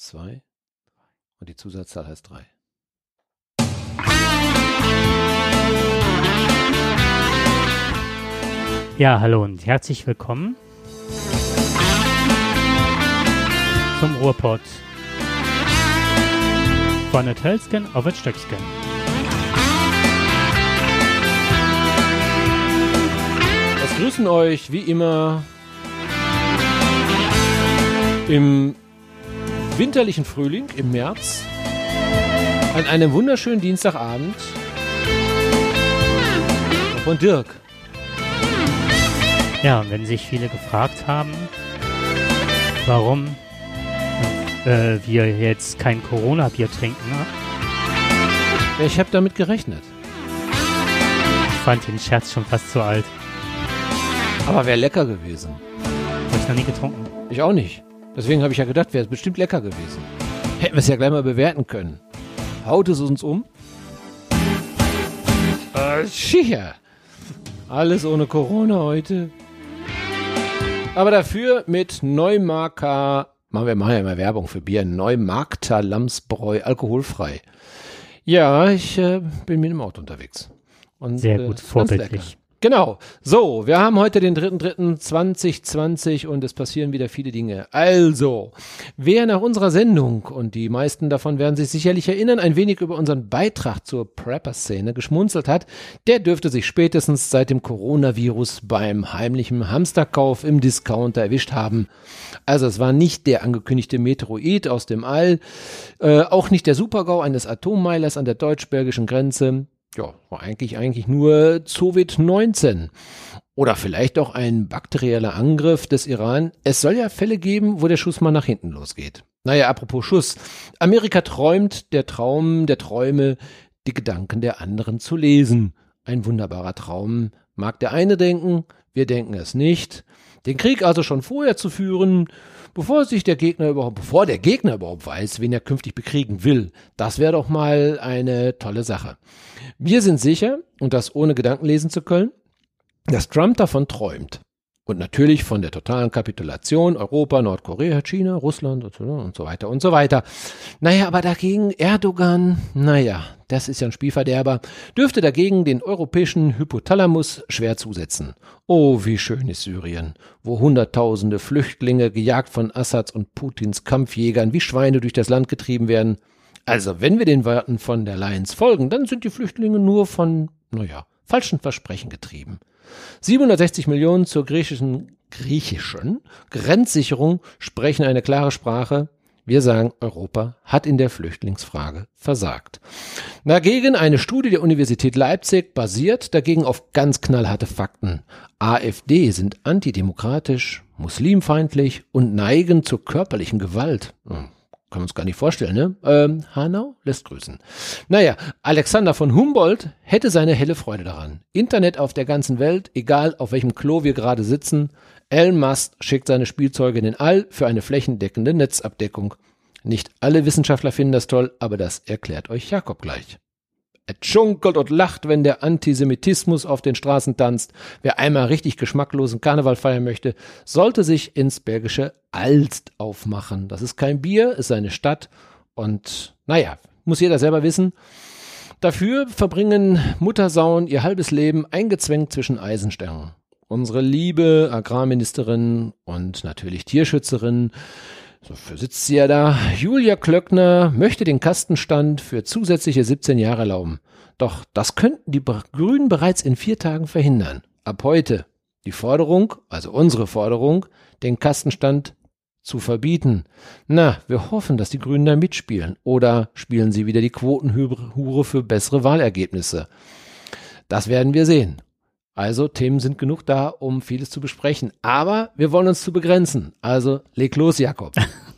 2 und die Zusatzzahl heißt 3. Ja, hallo und herzlich willkommen zum Ruhrpott von der Tölsken auf das Stöcksken. Es grüßen euch wie immer im winterlichen Frühling, im März, an einem wunderschönen Dienstagabend von Dirk. Ja, und wenn sich viele gefragt haben, warum wir jetzt kein Corona-Bier trinken, ne? Ja, ich habe damit gerechnet. Ich fand den Scherz schon fast zu alt. Aber wäre lecker gewesen. Habe ich noch nie getrunken. Ich auch nicht. Deswegen habe ich ja gedacht, wäre es bestimmt lecker gewesen. Hätten wir es ja gleich mal bewerten können. Haut es uns um? Sicher. Alles ohne Corona heute. Aber dafür mit Neumarker, wir machen ja immer Werbung für Bier, Neumarkter Lamsbräu, alkoholfrei. Ja, ich bin mit dem Auto unterwegs. Und, sehr gut, vorbildlich. Genau. So, wir haben heute den 3.3.2020 und es passieren wieder viele Dinge. Also, wer nach unserer Sendung, und die meisten davon werden sich sicherlich erinnern, ein wenig über unseren Beitrag zur Prepper-Szene geschmunzelt hat, der dürfte sich spätestens seit dem Coronavirus beim heimlichen Hamsterkauf im Discounter erwischt haben. Also, es war nicht der angekündigte Meteoroid aus dem All, auch nicht der Supergau eines Atommeilers an der deutsch-belgischen Grenze. Ja, war eigentlich nur Covid-19 oder vielleicht auch ein bakterieller Angriff des Iran. Es soll ja Fälle geben, wo der Schuss mal nach hinten losgeht. Naja, apropos Schuss. Amerika träumt, der Traum der Träume, die Gedanken der anderen zu lesen. Ein wunderbarer Traum, mag der eine denken, wir denken es nicht. Den Krieg also schon vorher zu führen, bevor der Gegner überhaupt weiß, wen er künftig bekriegen will. Das wäre doch mal eine tolle Sache. Wir sind sicher, und das ohne Gedanken lesen zu können, dass Trump davon träumt. Und natürlich von der totalen Kapitulation Europa, Nordkorea, China, Russland und so weiter und so weiter. Naja, aber dagegen Erdogan, das ist ja ein Spielverderber, dürfte dagegen den europäischen Hypothalamus schwer zusetzen. Oh, wie schön ist Syrien, wo Hunderttausende Flüchtlinge, gejagt von Assads und Putins Kampfjägern, wie Schweine durch das Land getrieben werden. Also, wenn wir den Worten von der Leyen folgen, dann sind die Flüchtlinge nur von, falschen Versprechen getrieben. 760 Millionen zur griechischen Grenzsicherung sprechen eine klare Sprache. Wir sagen, Europa hat in der Flüchtlingsfrage versagt. Dagegen eine Studie der Universität Leipzig basiert dagegen auf ganz knallharte Fakten. AfD sind antidemokratisch, muslimfeindlich und neigen zur körperlichen Gewalt. Kann man uns gar nicht vorstellen, ne? Hanau lässt grüßen. Alexander von Humboldt hätte seine helle Freude daran. Internet auf der ganzen Welt, egal auf welchem Klo wir gerade sitzen. Elon Musk schickt seine Spielzeuge in den All für eine flächendeckende Netzabdeckung. Nicht alle Wissenschaftler finden das toll, aber das erklärt euch Jakob gleich. Er schunkelt und lacht, wenn der Antisemitismus auf den Straßen tanzt. Wer einmal richtig geschmacklosen Karneval feiern möchte, sollte sich ins bergische Alst aufmachen. Das ist kein Bier, ist eine Stadt und muss jeder selber wissen. Dafür verbringen Muttersauen ihr halbes Leben eingezwängt zwischen Eisenstangen. Unsere liebe Agrarministerin und natürlich Tierschützerin, so sitzt sie ja da, Julia Klöckner, möchte den Kastenstand für zusätzliche 17 Jahre erlauben. Doch das könnten die Grünen bereits in 4 Tagen verhindern. Ab heute die Forderung, also unsere Forderung, den Kastenstand zu verbieten. Wir hoffen, dass die Grünen da mitspielen. Oder spielen sie wieder die Quotenhure für bessere Wahlergebnisse. Das werden wir sehen. Also Themen sind genug da, um vieles zu besprechen. Aber wir wollen uns zu begrenzen. Also leg los, Jakob.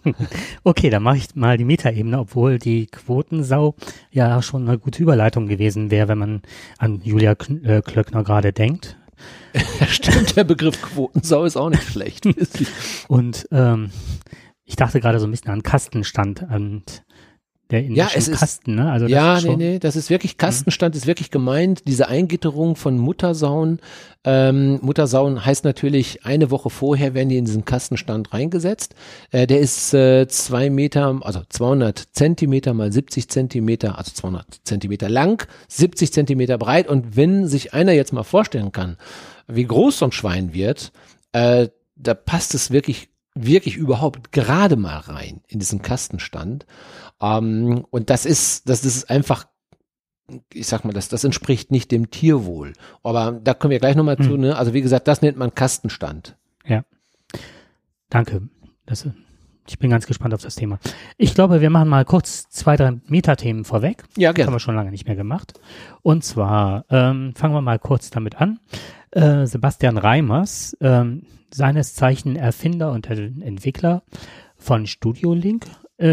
Okay, dann mache ich mal die Metaebene, obwohl die Quotensau ja schon eine gute Überleitung gewesen wäre, wenn man an Julia Klöckner gerade denkt. Ja, stimmt, der Begriff Quotensau ist auch nicht schlecht. Und ich dachte gerade so ein bisschen an Kastenstand und der indische Kasten, ne? Also das ist schon, das ist wirklich Kastenstand, ist wirklich gemeint, diese Eingitterung von Muttersauen. Muttersauen heißt natürlich, eine Woche vorher werden die in diesen Kastenstand reingesetzt. Der ist 2 Meter, also 200 Zentimeter mal 70 Zentimeter, also 200 Zentimeter lang, 70 Zentimeter breit. Und wenn sich einer jetzt mal vorstellen kann, wie groß so ein Schwein wird, da passt es wirklich überhaupt gerade mal rein in diesen Kastenstand. Und das ist einfach, ich sag mal, das entspricht nicht dem Tierwohl. Aber da kommen wir gleich nochmal zu, ne? Also wie gesagt, das nennt man Kastenstand. Ja. Danke. Ich bin ganz gespannt auf das Thema. Ich glaube, wir machen mal kurz 2, 3 Metathemen vorweg. Ja, gerne. Das haben wir schon lange nicht mehr gemacht. Und zwar fangen wir mal kurz damit an. Sebastian Reimers, seines Zeichen Erfinder und Entwickler von Studio Link,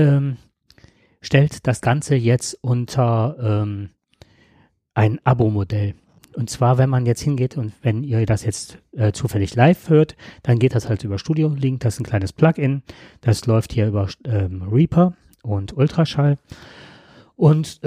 stellt das Ganze jetzt unter ein Abo-Modell. Und zwar, wenn man jetzt hingeht und wenn ihr das jetzt zufällig live hört, dann geht das halt über Studio Link. Das ist ein kleines Plugin. Das läuft hier über Reaper und Ultraschall. Und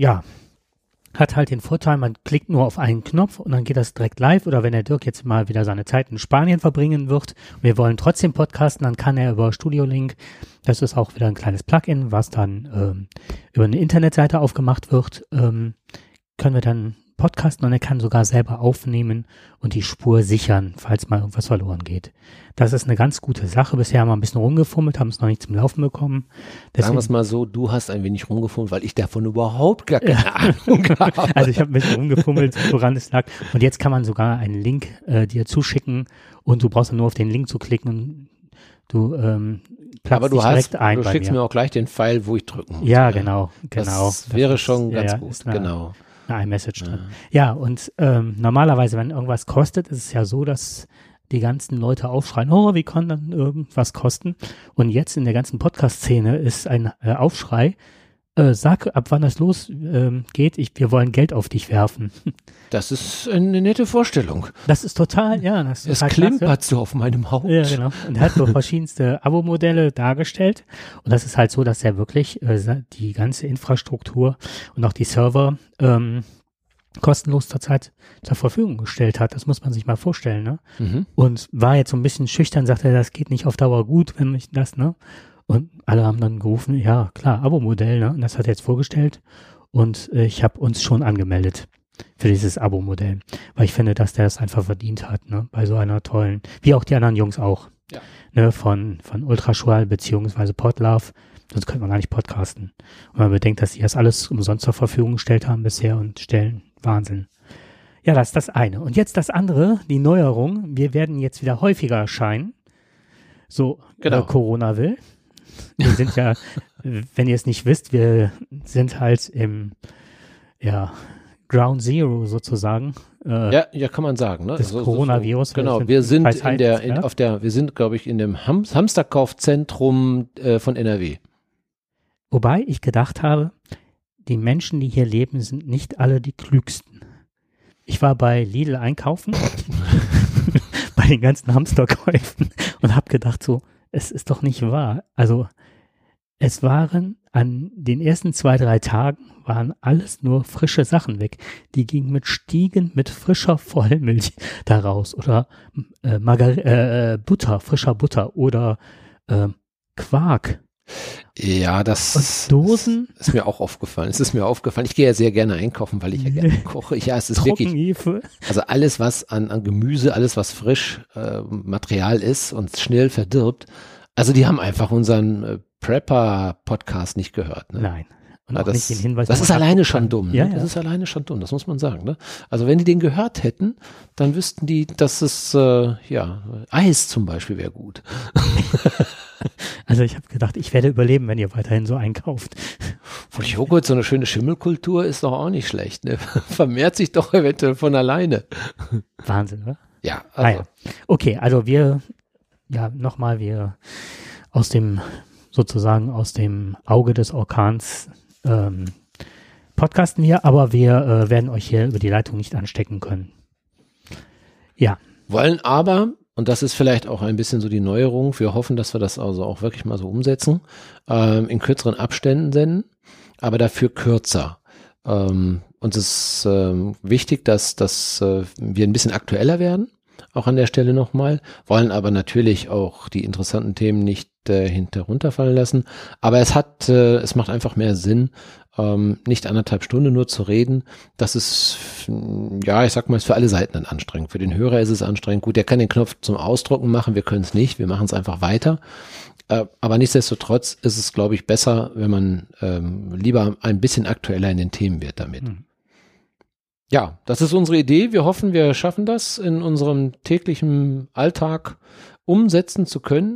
hat halt den Vorteil, man klickt nur auf einen Knopf und dann geht das direkt live. Oder wenn der Dirk jetzt mal wieder seine Zeit in Spanien verbringen wird, und wir wollen trotzdem podcasten, dann kann er über Studio Link, das ist auch wieder ein kleines Plugin, was dann über eine Internetseite aufgemacht wird, können wir dann podcasten und er kann sogar selber aufnehmen und die Spur sichern, falls mal irgendwas verloren geht. Das ist eine ganz gute Sache. Bisher haben wir ein bisschen rumgefummelt, haben es noch nicht zum Laufen bekommen. Deswegen, sagen wir es mal so, du hast ein wenig rumgefummelt, weil ich davon überhaupt gar keine Ahnung habe. Also ich habe ein bisschen rumgefummelt, woran es lag. Und jetzt kann man sogar einen Link dir zuschicken und du brauchst dann nur auf den Link zu klicken und du platzt dich direkt ein. Du schickst mir auch gleich den Pfeil, wo ich drücken muss. Ja, genau. Das wäre schon ganz gut, genau. Eine iMessage drin. Ja, und normalerweise, wenn irgendwas kostet, ist es ja so, dass die ganzen Leute aufschreien, oh, wie kann dann irgendwas kosten? Und jetzt in der ganzen Podcast-Szene ist ein Aufschrei, sag, ab wann das losgeht, wir wollen Geld auf dich werfen. Das ist eine nette Vorstellung. Das ist total, ja. Das ist es klimpert so auf meinem Haupt. Ja, genau. Und er hat so verschiedenste Abo-Modelle dargestellt. Und das ist halt so, dass er wirklich die ganze Infrastruktur und auch die Server kostenlos zurzeit zur Verfügung gestellt hat. Das muss man sich mal vorstellen, ne? Mhm. Und war jetzt so ein bisschen schüchtern, sagte er, das geht nicht auf Dauer gut, wenn ich das, ne? Und alle haben dann gerufen, ja klar, Abo-Modell, ne? Und das hat er jetzt vorgestellt und ich habe uns schon angemeldet für dieses Abo-Modell, weil ich finde, dass der es einfach verdient hat, ne? Bei so einer tollen, wie auch die anderen Jungs auch, ja. Ne? Von Ultraschall beziehungsweise Podlove, sonst könnte man gar nicht podcasten. Und man bedenkt, dass die das alles umsonst zur Verfügung gestellt haben bisher und stellen, Wahnsinn. Ja, das ist das eine. Und jetzt das andere, die Neuerung, wir werden jetzt wieder häufiger erscheinen, so genau. Corona will. Wir sind ja, wenn ihr es nicht wisst, wir sind halt im Ground Zero sozusagen. Ja, kann man sagen, ne? Das Coronavirus. Genau, wir sind wir sind, glaube ich, in dem Hamsterkaufzentrum von NRW. Wobei ich gedacht habe, die Menschen, die hier leben, sind nicht alle die klügsten. Ich war bei Lidl einkaufen, bei den ganzen Hamsterkäufen und habe gedacht so, es ist doch nicht wahr. Also es waren an den ersten 2, 3 Tagen waren alles nur frische Sachen weg. Die gingen mit Stiegen mit frischer Vollmilch da raus oder Butter, frischer Butter oder Quark. Ja, das Dosen? Ist mir auch aufgefallen. Es ist mir aufgefallen. Ich gehe ja sehr gerne einkaufen, weil ich ja gerne koche. Ja, es ist wirklich, also alles, was an Gemüse, alles, was frisch Material ist und schnell verdirbt. Also die haben einfach unseren Prepper-Podcast nicht gehört. Ne? Nein. Und auch nicht den Hinweis. Das ist alleine schon dumm. Ne? Ja, das ist alleine schon dumm, das muss man sagen. Ne? Also wenn die den gehört hätten, dann wüssten die, dass es, Eis zum Beispiel wäre gut. Also ich habe gedacht, ich werde überleben, wenn ihr weiterhin so einkauft. Von Joghurt, so eine schöne Schimmelkultur ist doch auch nicht schlecht. Ne? Vermehrt sich doch eventuell von alleine. Wahnsinn, oder? Ja. Also. Okay, also wir aus dem Auge des Orkans podcasten wir, aber wir werden euch hier über die Leitung nicht anstecken können. Ja. Wollen aber, und das ist vielleicht auch ein bisschen so die Neuerung, wir hoffen, dass wir das also auch wirklich mal so umsetzen, in kürzeren Abständen senden. aber dafür kürzer. Uns ist wichtig, dass wir ein bisschen aktueller werden, auch an der Stelle nochmal, wollen aber natürlich auch die interessanten Themen nicht hinterunterfallen lassen. Aber es macht einfach mehr Sinn, nicht 1,5 Stunden nur zu reden. Das ist, ja, ich sag mal, ist für alle Seiten dann anstrengend. Für den Hörer ist es anstrengend. Gut, der kann den Knopf zum Ausdrucken machen, wir können es nicht, wir machen es einfach weiter. Aber nichtsdestotrotz ist es, glaube ich, besser, wenn man lieber ein bisschen aktueller in den Themen wird damit. Ja, das ist unsere Idee. Wir hoffen, wir schaffen das in unserem täglichen Alltag umsetzen zu können.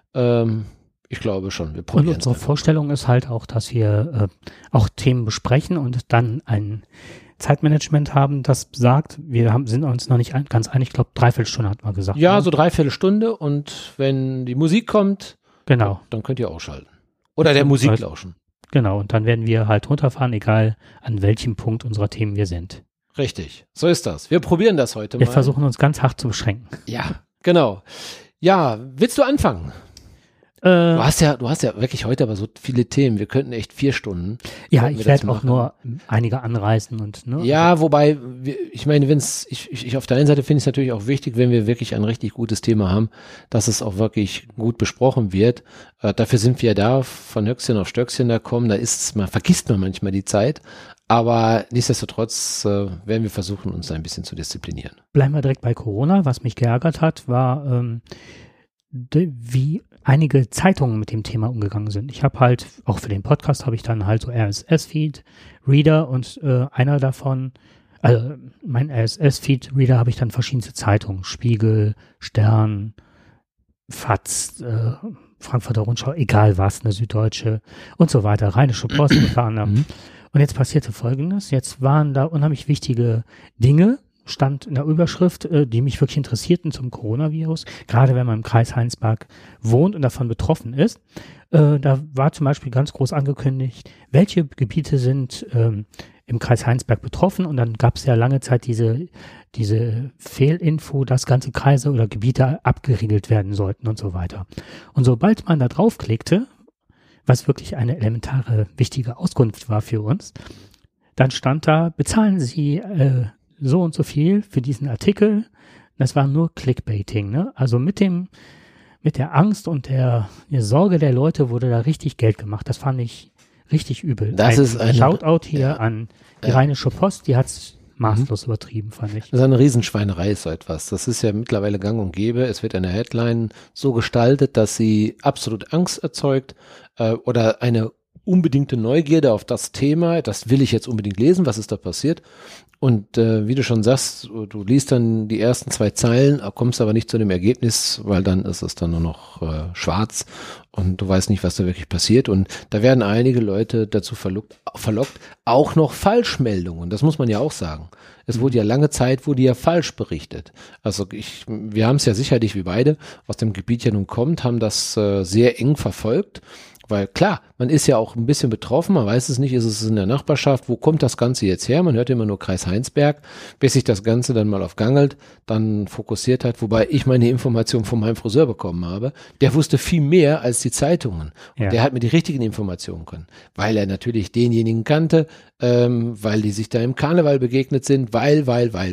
Ich glaube schon, wir probieren es. Und unsere Vorstellung ist halt auch, dass wir auch Themen besprechen und dann ein Zeitmanagement haben, das sagt, sind uns noch nicht ganz einig, ich glaube 3/4 Stunde hat man gesagt. Ja, so 3/4 Stunde und wenn die Musik kommt, genau, dann könnt ihr auch schalten. Oder der Musik lauschen. Genau, und dann werden wir halt runterfahren, egal an welchem Punkt unserer Themen wir sind. Richtig, so ist das. Wir probieren das heute mal. Wir versuchen uns ganz hart zu beschränken. Ja, genau. Ja, willst du anfangen? Du hast ja wirklich heute aber so viele Themen. Wir könnten echt 4 Stunden. Ja, ich werde auch nur einige anreißen und, ne? Ja, wobei, ich meine, ich auf der einen Seite finde ich es natürlich auch wichtig, wenn wir wirklich ein richtig gutes Thema haben, dass es auch wirklich gut besprochen wird. Dafür sind wir da, von Höchstchen auf Stöckchen da kommen, vergisst man manchmal die Zeit. Aber nichtsdestotrotz werden wir versuchen, uns da ein bisschen zu disziplinieren. Bleiben wir direkt bei Corona. Was mich geärgert hat, war, wie einige Zeitungen mit dem Thema umgegangen sind. Ich habe halt, auch für den Podcast habe ich dann halt so RSS-Feed, Reader und einer davon, also mein RSS-Feed-Reader habe ich dann verschiedenste Zeitungen, Spiegel, Stern, FAZ, Frankfurter Rundschau, egal was, eine Süddeutsche und so weiter, Rheinische Post unter anderem. Und jetzt passierte Folgendes, jetzt waren da unheimlich wichtige Dinge, stand in der Überschrift, die mich wirklich interessierten zum Coronavirus, gerade wenn man im Kreis Heinsberg wohnt und davon betroffen ist. Da war zum Beispiel ganz groß angekündigt, welche Gebiete sind im Kreis Heinsberg betroffen, und dann gab es ja lange Zeit diese Fehlinfo, dass ganze Kreise oder Gebiete abgeriegelt werden sollten und so weiter. Und sobald man da draufklickte, was wirklich eine elementare, wichtige Auskunft war für uns, dann stand da, bezahlen Sie so und so viel für diesen Artikel. Das war nur Clickbaiting, ne? Also mit der Angst und der Sorge der Leute wurde da richtig Geld gemacht. Das fand ich richtig übel. Das ist ein Shoutout hier an die Rheinische Post, die hat's maßlos übertrieben, fand ich. Das ist eine Riesenschweinerei, so etwas. Das ist ja mittlerweile gang und gäbe. Es wird eine Headline so gestaltet, dass sie absolut Angst erzeugt oder eine unbedingte Neugierde auf das Thema. Das will ich jetzt unbedingt lesen. Was ist da passiert? Und wie du schon sagst, du liest dann die ersten 2 Zeilen, kommst aber nicht zu dem Ergebnis, weil dann ist es dann nur noch schwarz und du weißt nicht, was da wirklich passiert. Und da werden einige Leute dazu verlockt, auch noch Falschmeldungen. Das muss man ja auch sagen. Es wurde ja lange Zeit, falsch berichtet. Also wir haben es ja sicherlich, wie beide aus dem Gebiet ja nun kommt, haben das sehr eng verfolgt. Weil klar, man ist ja auch ein bisschen betroffen, man weiß es nicht, ist es in der Nachbarschaft, wo kommt das Ganze jetzt her? Man hört immer nur Kreis Heinsberg, bis sich das Ganze dann mal auf Gangelt, dann fokussiert hat, wobei ich meine Informationen von meinem Friseur bekommen habe. Der wusste viel mehr als die Zeitungen. Und der hat mir die richtigen Informationen können, weil er natürlich denjenigen kannte, weil die sich da im Karneval begegnet sind, weil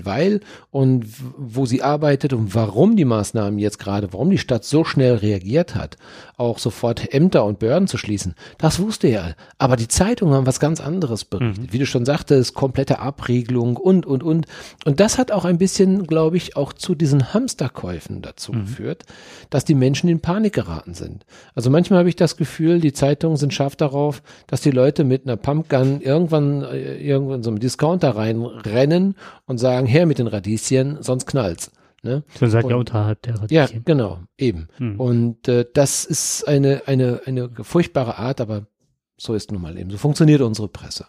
und wo sie arbeitet und warum die Maßnahmen jetzt gerade, warum die Stadt so schnell reagiert hat, auch sofort Ämter und Behörden zu schließen, das wusste er. Aber die Zeitungen haben was ganz anderes berichtet. Wie du schon sagtest, komplette Abriegelung und. Und das hat auch ein bisschen, glaube ich, auch zu diesen Hamsterkäufen dazu geführt, dass die Menschen in Panik geraten sind. Also manchmal habe ich das Gefühl, die Zeitungen sind scharf darauf, dass die Leute mit einer Pumpgun irgendwann so einem Discounter reinrennen und sagen, her mit den Radieschen, sonst knallt's. Ne? So seid ihr unterhalb der Radieschen. Ja, genau, eben. Und das ist eine furchtbare Art, aber so ist nun mal eben. So funktioniert unsere Presse.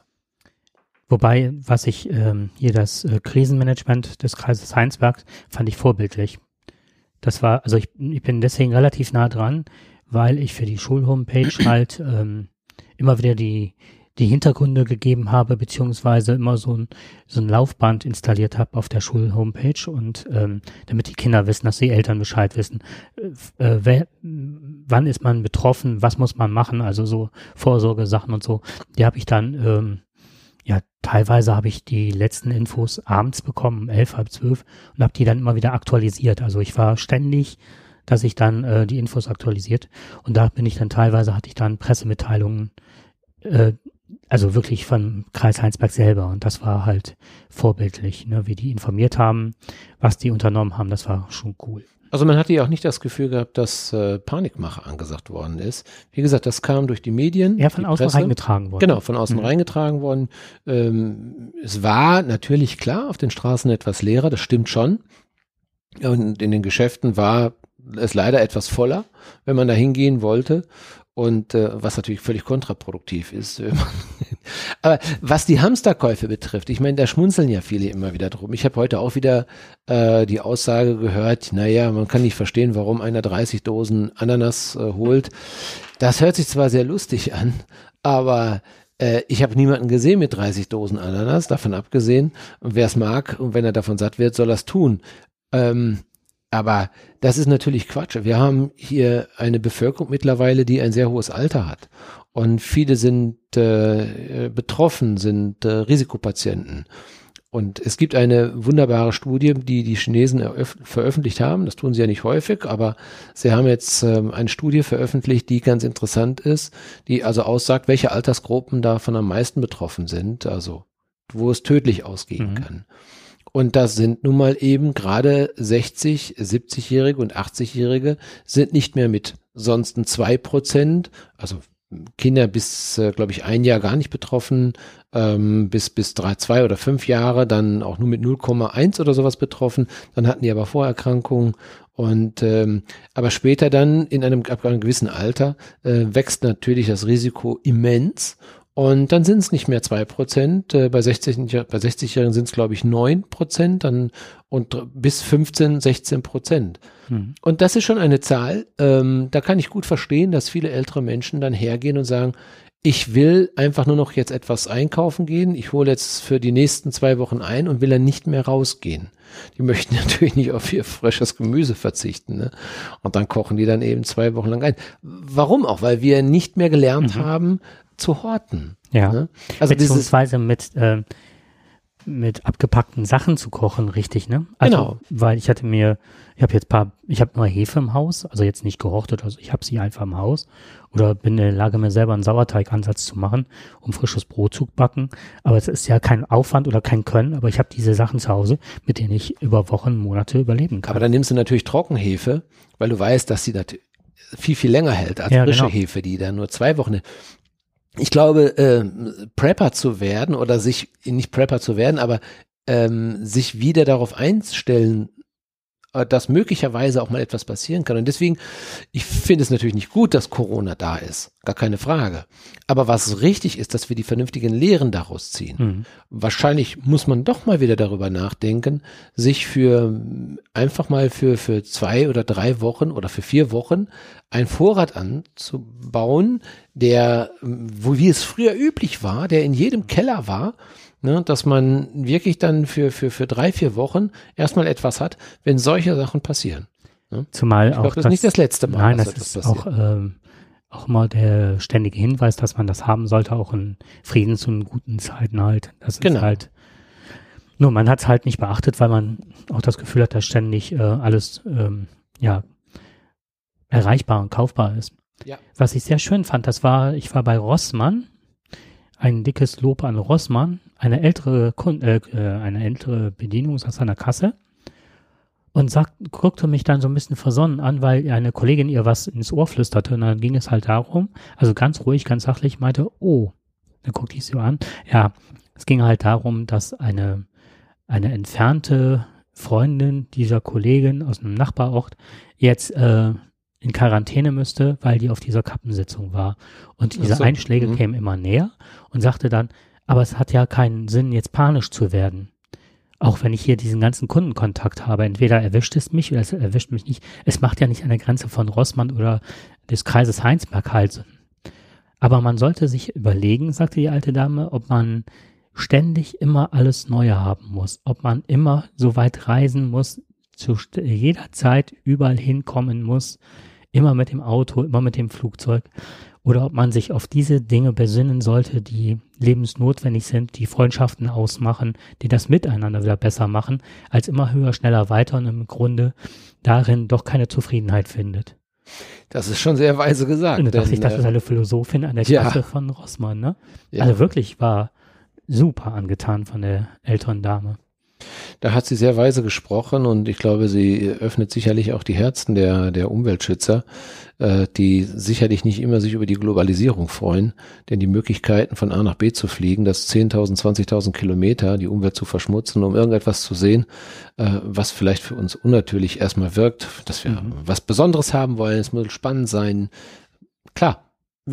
Wobei, was ich hier das Krisenmanagement des Kreises Heinsberg fand ich vorbildlich. Das war, also ich bin deswegen relativ nah dran, weil ich für die Schulhomepage halt immer wieder die die Hintergründe gegeben habe, beziehungsweise immer so ein Laufband installiert habe auf der Schulhomepage und damit die Kinder wissen, dass die Eltern Bescheid wissen, wann ist man betroffen, was muss man machen, also so Vorsorgesachen und so. Die habe ich dann, teilweise habe ich die letzten Infos abends bekommen, um 11, halb 12 und habe die dann immer wieder aktualisiert. Also ich war ständig, dass ich dann die Infos aktualisiert und da bin ich dann teilweise, hatte ich dann Pressemitteilungen, also wirklich vom Kreis Heinsberg selber und das war halt vorbildlich, ne, wie die informiert haben, was die unternommen haben, das war schon cool. Also man hatte ja auch nicht das Gefühl gehabt, dass Panikmache angesagt worden ist. Wie gesagt, das kam durch die Medien. Ja, von außen reingetragen worden. Genau, von außen reingetragen worden. Es war natürlich klar auf den Straßen etwas leerer, das stimmt schon. Und in den Geschäften war es leider etwas voller, wenn man da hingehen wollte. Und was natürlich völlig kontraproduktiv ist. Aber was die Hamsterkäufe betrifft, ich meine, da schmunzeln ja viele immer wieder drum. Ich habe heute auch wieder die Aussage gehört, naja, man kann nicht verstehen, warum einer 30 Dosen Ananas holt. Das hört sich zwar sehr lustig an, aber ich habe niemanden gesehen mit 30 Dosen Ananas, davon abgesehen. Und wer es mag und wenn er davon satt wird, soll er es tun. Aber das ist natürlich Quatsch. Wir haben hier eine Bevölkerung mittlerweile, die ein sehr hohes Alter hat. Und viele sind betroffen, sind Risikopatienten. Und es gibt eine wunderbare Studie, die die Chinesen veröffentlicht haben. Das tun sie ja nicht häufig, aber sie haben jetzt eine Studie veröffentlicht, die ganz interessant ist, die also aussagt, welche Altersgruppen davon am meisten betroffen sind, also wo es tödlich ausgehen kann. Und das sind nun mal eben gerade 60, 70-Jährige und 80-Jährige sind nicht mehr mit sonst 2%, also Kinder bis, glaube ich, 1 Jahr gar nicht betroffen, bis 2 oder 5 Jahre, dann auch nur mit 0,1 oder sowas betroffen, dann hatten die aber Vorerkrankungen und aber später dann ab einem gewissen Alter wächst natürlich das Risiko immens. Und dann sind es nicht mehr 2%, bei 60-Jährigen sind es, glaube ich, 9%, dann und bis 16%. Und das ist schon eine Zahl, da kann ich gut verstehen, dass viele ältere Menschen dann hergehen und sagen, ich will einfach nur noch jetzt etwas einkaufen gehen, ich hole jetzt für die nächsten 2 Wochen ein und will dann nicht mehr rausgehen. Die möchten natürlich nicht auf ihr frisches Gemüse verzichten, ne? Und dann kochen die dann eben 2 Wochen lang ein. Warum auch? Weil wir nicht mehr gelernt haben, zu horten. Ja, ne? Also beziehungsweise mit abgepackten Sachen zu kochen, richtig, ne? Also, genau. Weil ich habe nur Hefe im Haus, also jetzt nicht gehortet, also ich habe sie einfach im Haus oder bin in der Lage, mir selber einen Sauerteigansatz zu machen, um frisches Brot zu backen. Aber es ist ja kein Aufwand oder kein Können, aber ich habe diese Sachen zu Hause, mit denen ich über Wochen, Monate überleben kann. Aber dann nimmst du natürlich Trockenhefe, weil du weißt, dass sie viel, viel länger hält als frische Hefe, die dann nur 2 Wochen. Ich glaube, Prepper zu werden oder nicht Prepper zu werden, aber sich wieder darauf einstellen, dass möglicherweise auch mal etwas passieren kann. Und deswegen, ich finde es natürlich nicht gut, dass Corona da ist. Gar keine Frage. Aber was richtig ist, dass wir die vernünftigen Lehren daraus ziehen. Wahrscheinlich muss man doch mal wieder darüber nachdenken, sich einfach mal für 2 oder 3 Wochen oder für 4 Wochen einen Vorrat anzubauen, wie es früher üblich war, der in jedem Keller war, ne, dass man wirklich dann für 3, 4 Wochen erstmal etwas hat, wenn solche Sachen passieren. Ne? Zumal ich glaube, das ist nicht das letzte Mal. Nein, das ist auch mal der ständige Hinweis, dass man das haben sollte, auch in Friedens- und guten Zeiten halt. Das ist halt, nur man hat es halt nicht beachtet, weil man auch das Gefühl hat, dass ständig alles erreichbar und kaufbar ist. Ja. Was ich sehr schön fand, ich war bei Rossmann, ein dickes Lob an Rossmann, eine ältere Bedienung saß an der Kasse und guckte mich dann so ein bisschen versonnen an, weil eine Kollegin ihr was ins Ohr flüsterte und dann ging es halt darum, also ganz ruhig, ganz sachlich meinte, oh, dann guckte ich sie an, ja, es ging halt darum, dass eine entfernte Freundin dieser Kollegin aus einem Nachbarort jetzt in Quarantäne müsste, weil die auf dieser Kappensitzung war. Und diese Einschläge kämen immer näher und sagte dann, aber es hat ja keinen Sinn, jetzt panisch zu werden. Auch wenn ich hier diesen ganzen Kundenkontakt habe, entweder erwischt es mich oder es erwischt mich nicht. Es macht ja nicht an der Grenze von Rossmann oder des Kreises Heinsberg halt. Aber man sollte sich überlegen, sagte die alte Dame, ob man ständig immer alles Neue haben muss, ob man immer so weit reisen muss, zu jeder Zeit überall hinkommen muss, immer mit dem Auto, immer mit dem Flugzeug, oder ob man sich auf diese Dinge besinnen sollte, die lebensnotwendig sind, die Freundschaften ausmachen, die das Miteinander wieder besser machen, als immer höher, schneller, weiter und im Grunde darin doch keine Zufriedenheit findet. Das ist schon sehr weise gesagt. Und da dachte ich, das ist eine Philosophin an der Klasse von Rossmann, ne? Ja. Also wirklich war super angetan von der älteren Dame. Da hat sie sehr weise gesprochen und ich glaube, sie öffnet sicherlich auch die Herzen der Umweltschützer, die sicherlich nicht immer sich über die Globalisierung freuen, denn die Möglichkeiten von A nach B zu fliegen, das 10.000, 20.000 Kilometer, die Umwelt zu verschmutzen, um irgendetwas zu sehen, was vielleicht für uns unnatürlich erstmal wirkt, dass wir was Besonderes haben wollen, es muss spannend sein. Klar.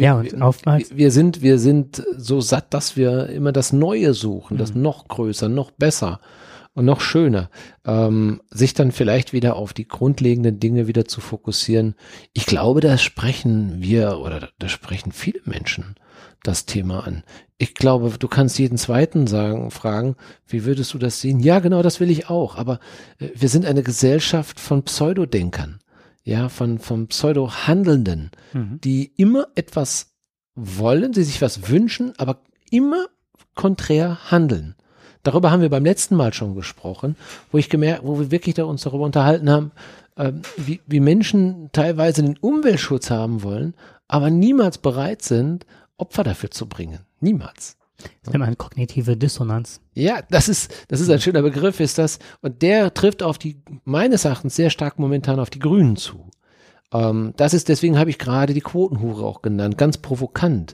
Wir sind so satt, dass wir immer das Neue suchen, das noch größer, noch besser und noch schöner, sich dann vielleicht wieder auf die grundlegenden Dinge wieder zu fokussieren. Ich glaube, da sprechen viele Menschen das Thema an. Ich glaube, du kannst jeden Zweiten fragen, wie würdest du das sehen? Ja, genau, das will ich auch. Aber wir sind eine Gesellschaft von Pseudodenkern, ja, von Pseudo-Handelnden, die immer etwas wollen, die sich was wünschen, aber immer konträr handeln. Darüber haben wir beim letzten Mal schon gesprochen, wo wir wirklich uns darüber unterhalten haben, wie Menschen teilweise den Umweltschutz haben wollen, aber niemals bereit sind, Opfer dafür zu bringen. Niemals. Das nennt man kognitive Dissonanz. Ja, das ist ein schöner Begriff, ist das. Und der trifft meines Erachtens sehr stark momentan auf die Grünen zu. Deswegen habe ich gerade die Quotenhure auch genannt, ganz provokant.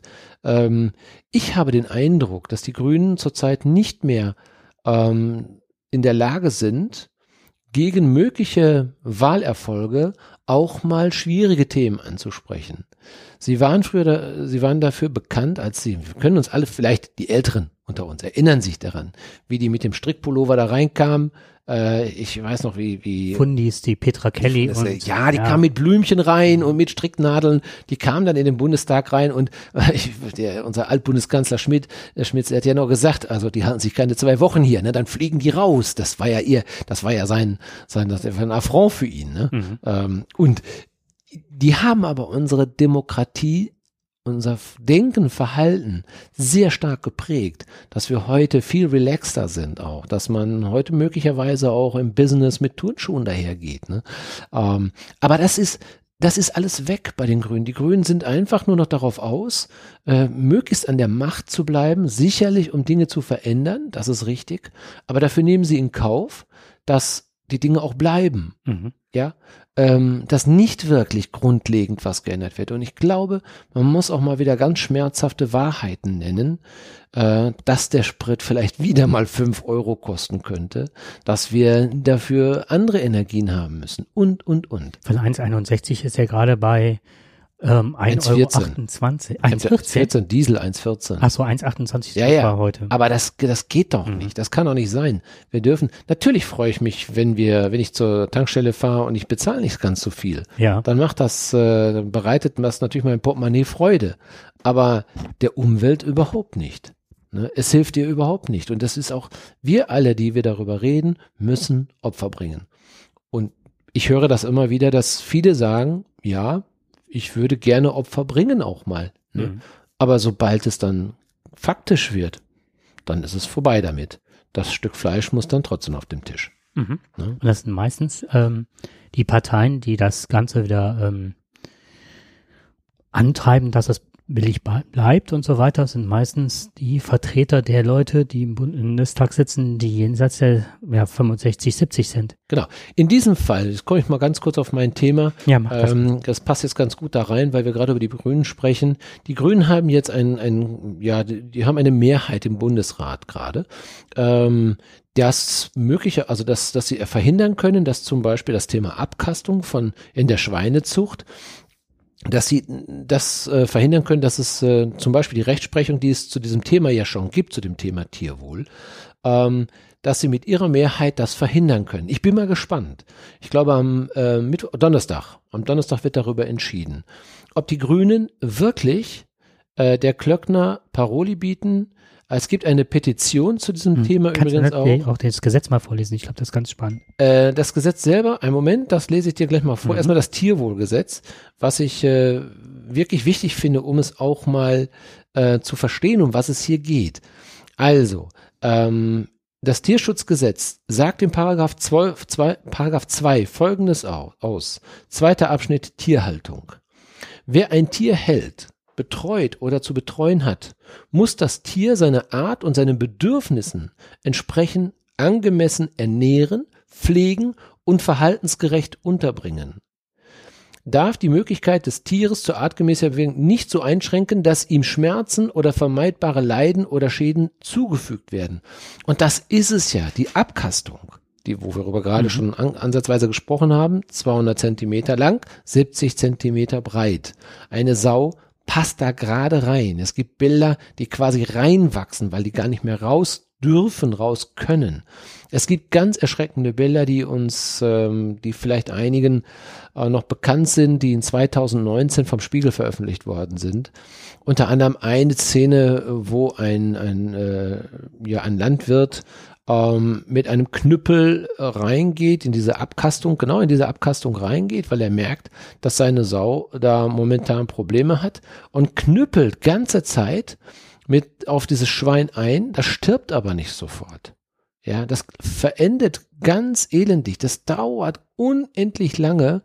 Ich habe den Eindruck, dass die Grünen zurzeit nicht mehr in der Lage sind, gegen mögliche Wahlerfolge auch mal schwierige Themen anzusprechen. Sie waren dafür bekannt, wir können uns alle, vielleicht die Älteren unter uns erinnern sich daran, wie die mit dem Strickpullover da reinkamen. Ich weiß noch, wie Fundis, die Petra Kelly. Die kam mit Blümchen rein und mit Stricknadeln. Die kam dann in den Bundestag rein und unser Altbundeskanzler Schmitz, der hat ja noch gesagt, also die hatten sich keine 2 Wochen hier, ne, dann fliegen die raus. Das war ja sein Affront für ihn, ne? Und die haben aber unsere Demokratie, unser Denken, Verhalten sehr stark geprägt, dass wir heute viel relaxter sind auch, dass man heute möglicherweise auch im Business mit Turnschuhen dahergeht, ne? Aber das ist alles weg bei den Grünen. Die Grünen sind einfach nur noch darauf aus, möglichst an der Macht zu bleiben, sicherlich um Dinge zu verändern, das ist richtig, aber dafür nehmen sie in Kauf, dass die Dinge auch bleiben, ja, dass nicht wirklich grundlegend was geändert wird. Und ich glaube, man muss auch mal wieder ganz schmerzhafte Wahrheiten nennen, dass der Sprit vielleicht wieder mal 5 Euro kosten könnte, dass wir dafür andere Energien haben müssen und. Von 1,61 ist ja gerade bei 1,28 Euro. 1,14 Diesel 1,14. Ach so, 1,28 ja. heute. Aber das geht doch nicht. Das kann doch nicht sein. Natürlich freue ich mich, wenn ich zur Tankstelle fahre und ich bezahle nicht ganz so viel. Ja. Dann bereitet das natürlich mein Portemonnaie Freude. Aber der Umwelt überhaupt nicht. Ne? Es hilft dir überhaupt nicht. Und das ist auch, wir alle, die wir darüber reden, müssen Opfer bringen. Und ich höre das immer wieder, dass viele sagen, ja, ich würde gerne Opfer bringen auch mal. Ne? Aber sobald es dann faktisch wird, dann ist es vorbei damit. Das Stück Fleisch muss dann trotzdem auf dem Tisch. Ne? Und das sind meistens die Parteien, die das Ganze wieder antreiben, dass es billig bleibt und so weiter, sind meistens die Vertreter der Leute, die im Bundestag sitzen, die jenseits der 65, 70 sind. Genau. In diesem Fall, jetzt komme ich mal ganz kurz auf mein Thema. Ja, mach das. Das passt jetzt ganz gut da rein, weil wir gerade über die Grünen sprechen. Die Grünen haben jetzt die haben eine Mehrheit im Bundesrat gerade. Dass sie verhindern können, dass zum Beispiel das Thema Abkastung in der Schweinezucht, dass sie das verhindern können, dass es zum Beispiel die Rechtsprechung, die es zu diesem Thema ja schon gibt, zu dem Thema Tierwohl, dass sie mit ihrer Mehrheit das verhindern können. Ich bin mal gespannt. Ich glaube am Donnerstag wird darüber entschieden, ob die Grünen wirklich der Klöckner Paroli bieten. Es gibt eine Petition zu diesem Thema Kannst übrigens du nicht auch das Gesetz mal vorlesen? Ich glaube, das ist ganz spannend. Das Gesetz selber, einen Moment, das lese ich dir gleich mal vor. Erstmal das Tierwohlgesetz, was ich wirklich wichtig finde, um es auch mal zu verstehen, um was es hier geht. Also, das Tierschutzgesetz sagt im Paragraph 2 Folgendes aus. Zweiter Abschnitt Tierhaltung. Wer ein Tier hält, betreut oder zu betreuen hat, muss das Tier seiner Art und seinen Bedürfnissen entsprechend angemessen ernähren, pflegen und verhaltensgerecht unterbringen. Darf die Möglichkeit des Tieres zur artgemäßen Bewegung nicht so einschränken, dass ihm Schmerzen oder vermeidbare Leiden oder Schäden zugefügt werden. Und das ist es ja, die Abkastung, wo wir darüber gerade schon ansatzweise gesprochen haben, 200 Zentimeter lang, 70 Zentimeter breit. Eine Sau passt da gerade rein. Es gibt Bilder, die quasi reinwachsen, weil die gar nicht mehr raus dürfen, raus können. Es gibt ganz erschreckende Bilder, die uns, die vielleicht einigen noch bekannt sind, die in 2019 vom Spiegel veröffentlicht worden sind. Unter anderem eine Szene, wo ein Landwirt mit einem Knüppel reingeht, in diese Abkastung reingeht, weil er merkt, dass seine Sau da momentan Probleme hat und knüppelt ganze Zeit mit auf dieses Schwein ein, das stirbt aber nicht sofort. Ja, das verendet ganz elendig. Das dauert unendlich lange,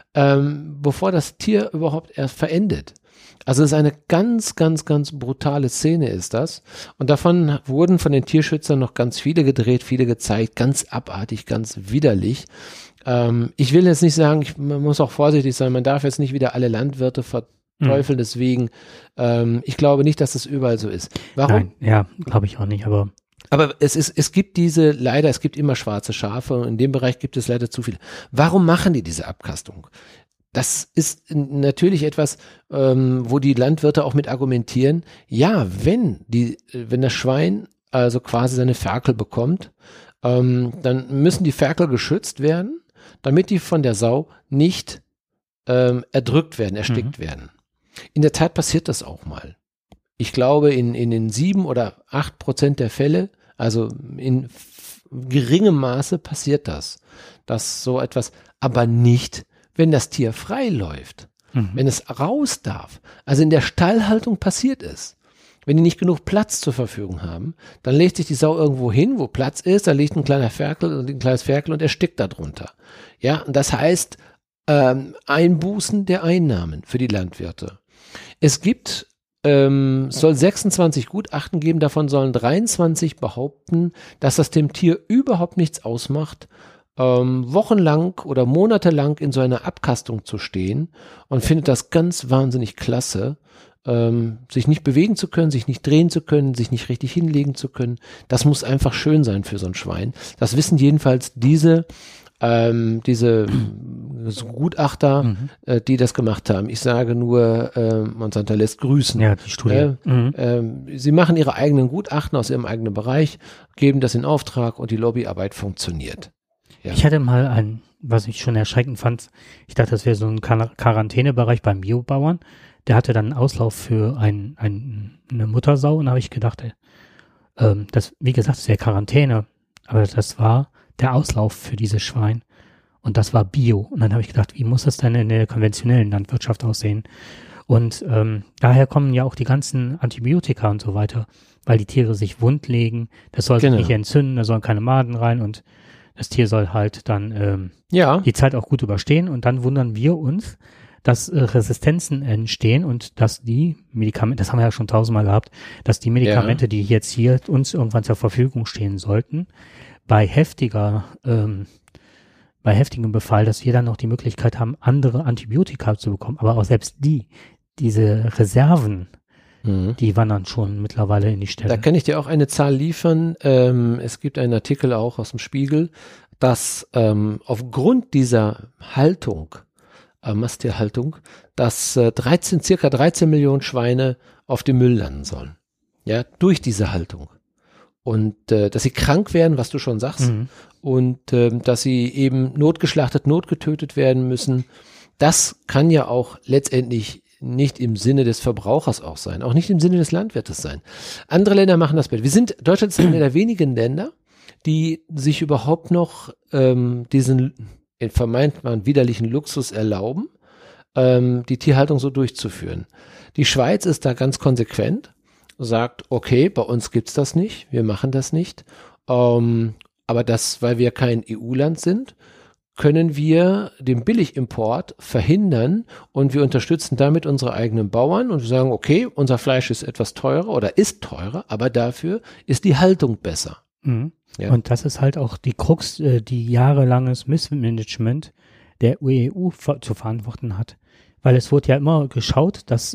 bevor das Tier überhaupt erst verendet. Also es ist eine ganz, ganz, ganz brutale Szene ist das. Und davon wurden von den Tierschützern noch ganz viele gedreht, viele gezeigt, ganz abartig, ganz widerlich. Ich will jetzt nicht sagen, man muss auch vorsichtig sein, man darf jetzt nicht wieder alle Landwirte verteufeln, deswegen, ich glaube nicht, dass das überall so ist. Warum? Nein, ja, glaube ich auch nicht, aber es gibt es gibt immer schwarze Schafe und in dem Bereich gibt es leider zu viele. Warum machen die diese Abkastung? Das ist natürlich etwas, wo die Landwirte auch mit argumentieren. Ja, wenn das Schwein also quasi seine Ferkel bekommt, dann müssen die Ferkel geschützt werden, damit die von der Sau nicht erdrückt werden, erstickt werden. In der Tat passiert das auch mal. Ich glaube, in den 7 oder 8% der Fälle, also in geringem Maße passiert das, dass so etwas, aber nicht, wenn das Tier frei läuft, wenn es raus darf. Also in der Stallhaltung passiert es. Wenn die nicht genug Platz zur Verfügung haben, dann legt sich die Sau irgendwo hin, wo Platz ist, da liegt ein kleines Ferkel und erstickt darunter. Ja, und das heißt Einbußen der Einnahmen für die Landwirte. Es gibt soll 26 Gutachten geben, davon sollen 23 behaupten, dass das dem Tier überhaupt nichts ausmacht, wochenlang oder monatelang in so einer Abkastung zu stehen und findet das ganz wahnsinnig klasse, sich nicht bewegen zu können, sich nicht drehen zu können, sich nicht richtig hinlegen zu können. Das muss einfach schön sein für so ein Schwein. Das wissen jedenfalls diese Gutachter, die das gemacht haben. Ich sage nur, Monsanto lässt grüßen. Ja, die Studie. Sie machen ihre eigenen Gutachten aus ihrem eigenen Bereich, geben das in Auftrag und die Lobbyarbeit funktioniert. Ja. Ich hatte mal was ich schon erschreckend fand, ich dachte, das wäre so ein Quarantänebereich beim Biobauern. Der hatte dann einen Auslauf für eine Muttersau und da habe ich gedacht, das, wie gesagt, das ist ja Quarantäne, aber das war der Auslauf für dieses Schwein und das war Bio. Und dann habe ich gedacht, wie muss das denn in der konventionellen Landwirtschaft aussehen? Und daher kommen ja auch die ganzen Antibiotika und so weiter, weil die Tiere sich wund legen, das soll sich nicht entzünden, da sollen keine Maden rein und das Tier soll halt dann die Zeit auch gut überstehen und dann wundern wir uns, dass Resistenzen entstehen und dass die Medikamente, das haben wir ja schon 1000-mal gehabt, dass die Medikamente, die jetzt hier uns irgendwann zur Verfügung stehen sollten, bei heftigem Befall, dass wir dann noch die Möglichkeit haben, andere Antibiotika zu bekommen. Aber auch selbst diese Reserven, die wandern schon mittlerweile in die Ställe. Da kann ich dir auch eine Zahl liefern. Es gibt einen Artikel auch aus dem Spiegel, dass aufgrund dieser Haltung, Masttierhaltung, dass circa 13 Millionen Schweine auf dem Müll landen sollen. Ja, durch diese Haltung. Und dass sie krank werden, was du schon sagst, und dass sie eben notgeschlachtet, notgetötet werden müssen, das kann ja auch letztendlich nicht im Sinne des Verbrauchers auch sein, auch nicht im Sinne des Landwirtes sein. Andere Länder machen das besser. Deutschland ist einer der wenigen Länder, die sich überhaupt noch diesen vermeintlichen widerlichen Luxus erlauben, die Tierhaltung so durchzuführen. Die Schweiz ist da ganz konsequent, sagt, okay, bei uns gibt's das nicht, wir machen das nicht, aber weil wir kein EU-Land sind, können wir den Billigimport verhindern und wir unterstützen damit unsere eigenen Bauern und wir sagen, okay, unser Fleisch ist etwas teurer oder ist teurer, aber dafür ist die Haltung besser. Mhm. Ja. Und das ist halt auch die Krux, die jahrelanges Missmanagement der EU zu verantworten hat. Weil es wurde ja immer geschaut, dass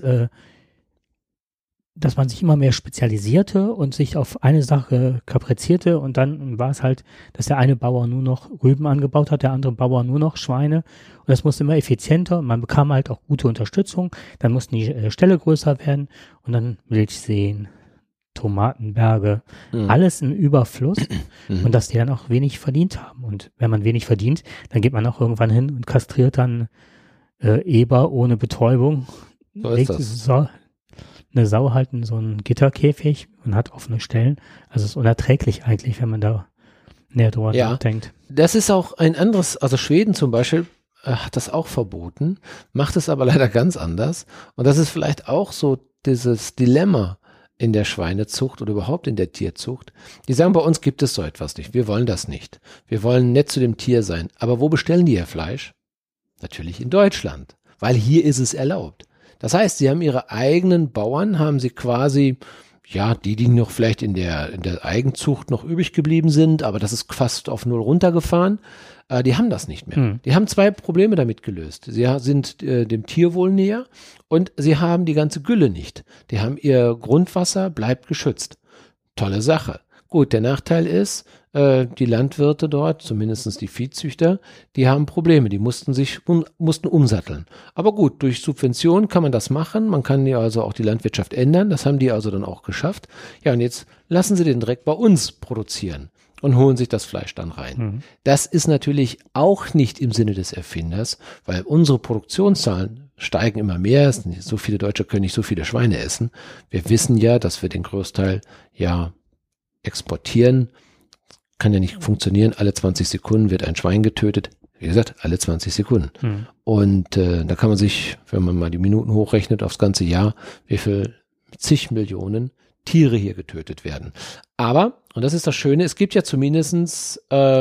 man sich immer mehr spezialisierte und sich auf eine Sache kaprizierte und dann war es halt, dass der eine Bauer nur noch Rüben angebaut hat, der andere Bauer nur noch Schweine und das musste immer effizienter und man bekam halt auch gute Unterstützung, dann mussten die Ställe größer werden und dann Milchseen, Tomatenberge, alles im Überfluss und dass die dann auch wenig verdient haben und wenn man wenig verdient, dann geht man auch irgendwann hin und kastriert dann Eber ohne Betäubung, so ist das. Eine Sau halt in so einen Gitterkäfig und hat offene Stellen. Also es ist unerträglich eigentlich, wenn man da näher drüber nachdenkt. Das ist auch ein anderes, also Schweden zum Beispiel hat das auch verboten, macht es aber leider ganz anders. Und das ist vielleicht auch so dieses Dilemma in der Schweinezucht oder überhaupt in der Tierzucht. Die sagen, bei uns gibt es so etwas nicht. Wir wollen das nicht. Wir wollen nett zu dem Tier sein. Aber wo bestellen die ihr Fleisch? Natürlich in Deutschland, weil hier ist es erlaubt. Das heißt, sie haben ihre eigenen Bauern, haben sie quasi, ja, die noch vielleicht in der Eigenzucht noch übrig geblieben sind, aber das ist fast auf null runtergefahren, die haben das nicht mehr. Die haben zwei Probleme damit gelöst. Sie sind dem Tierwohl näher und sie haben die ganze Gülle nicht. Die haben ihr Grundwasser, bleibt geschützt. Tolle Sache. Gut, der Nachteil ist, die Landwirte dort, zumindest die Viehzüchter, die haben Probleme, die mussten umsatteln. Aber gut, durch Subventionen kann man das machen, man kann ja also auch die Landwirtschaft ändern, das haben die also dann auch geschafft. Ja, und jetzt lassen sie den Dreck bei uns produzieren und holen sich das Fleisch dann rein. Das ist natürlich auch nicht im Sinne des Erfinders, weil unsere Produktionszahlen steigen immer mehr, so viele Deutsche können nicht so viele Schweine essen. Wir wissen ja, dass wir den Großteil exportieren. Kann ja nicht funktionieren, alle 20 Sekunden wird ein Schwein getötet. Wie gesagt, alle 20 Sekunden. Und da kann man sich, wenn man mal die Minuten hochrechnet aufs ganze Jahr, wie viel zig Millionen Tiere hier getötet werden. Aber, und das ist das Schöne, es gibt ja zumindest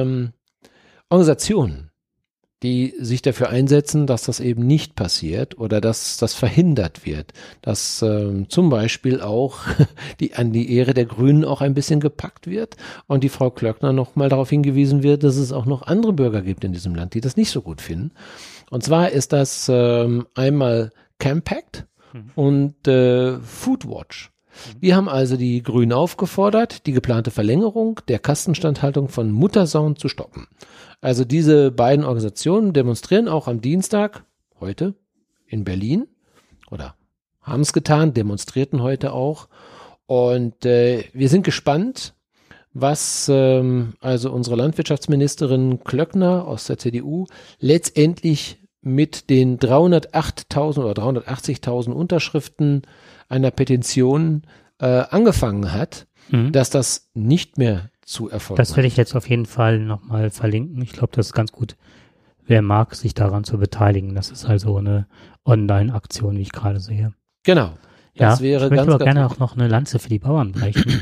Organisationen, die sich dafür einsetzen, dass das eben nicht passiert oder dass das verhindert wird, dass zum Beispiel auch an die Ehre der Grünen auch ein bisschen gepackt wird und die Frau Klöckner nochmal darauf hingewiesen wird, dass es auch noch andere Bürger gibt in diesem Land, die das nicht so gut finden. Und zwar ist das einmal Campact und Foodwatch. Wir haben also die Grünen aufgefordert, die geplante Verlängerung der Kastenstandhaltung von Muttersauen zu stoppen. Also diese beiden Organisationen demonstrieren auch am Dienstag, heute, in Berlin oder haben es getan, demonstrierten heute auch. Und wir sind gespannt, was also unsere Landwirtschaftsministerin Klöckner aus der CDU letztendlich mit den 308.000 oder 380.000 Unterschriften einer Petition angefangen hat, dass das nicht mehr zu erfolgen Das werde ich jetzt auf jeden Fall nochmal verlinken. Ich glaube, das ist ganz gut, wer mag, sich daran zu beteiligen. Das ist also eine Online-Aktion, wie ich gerade sehe. Genau. Das wäre ich möchte ganz, aber gerne auch noch eine Lanze für die Bauern brechen,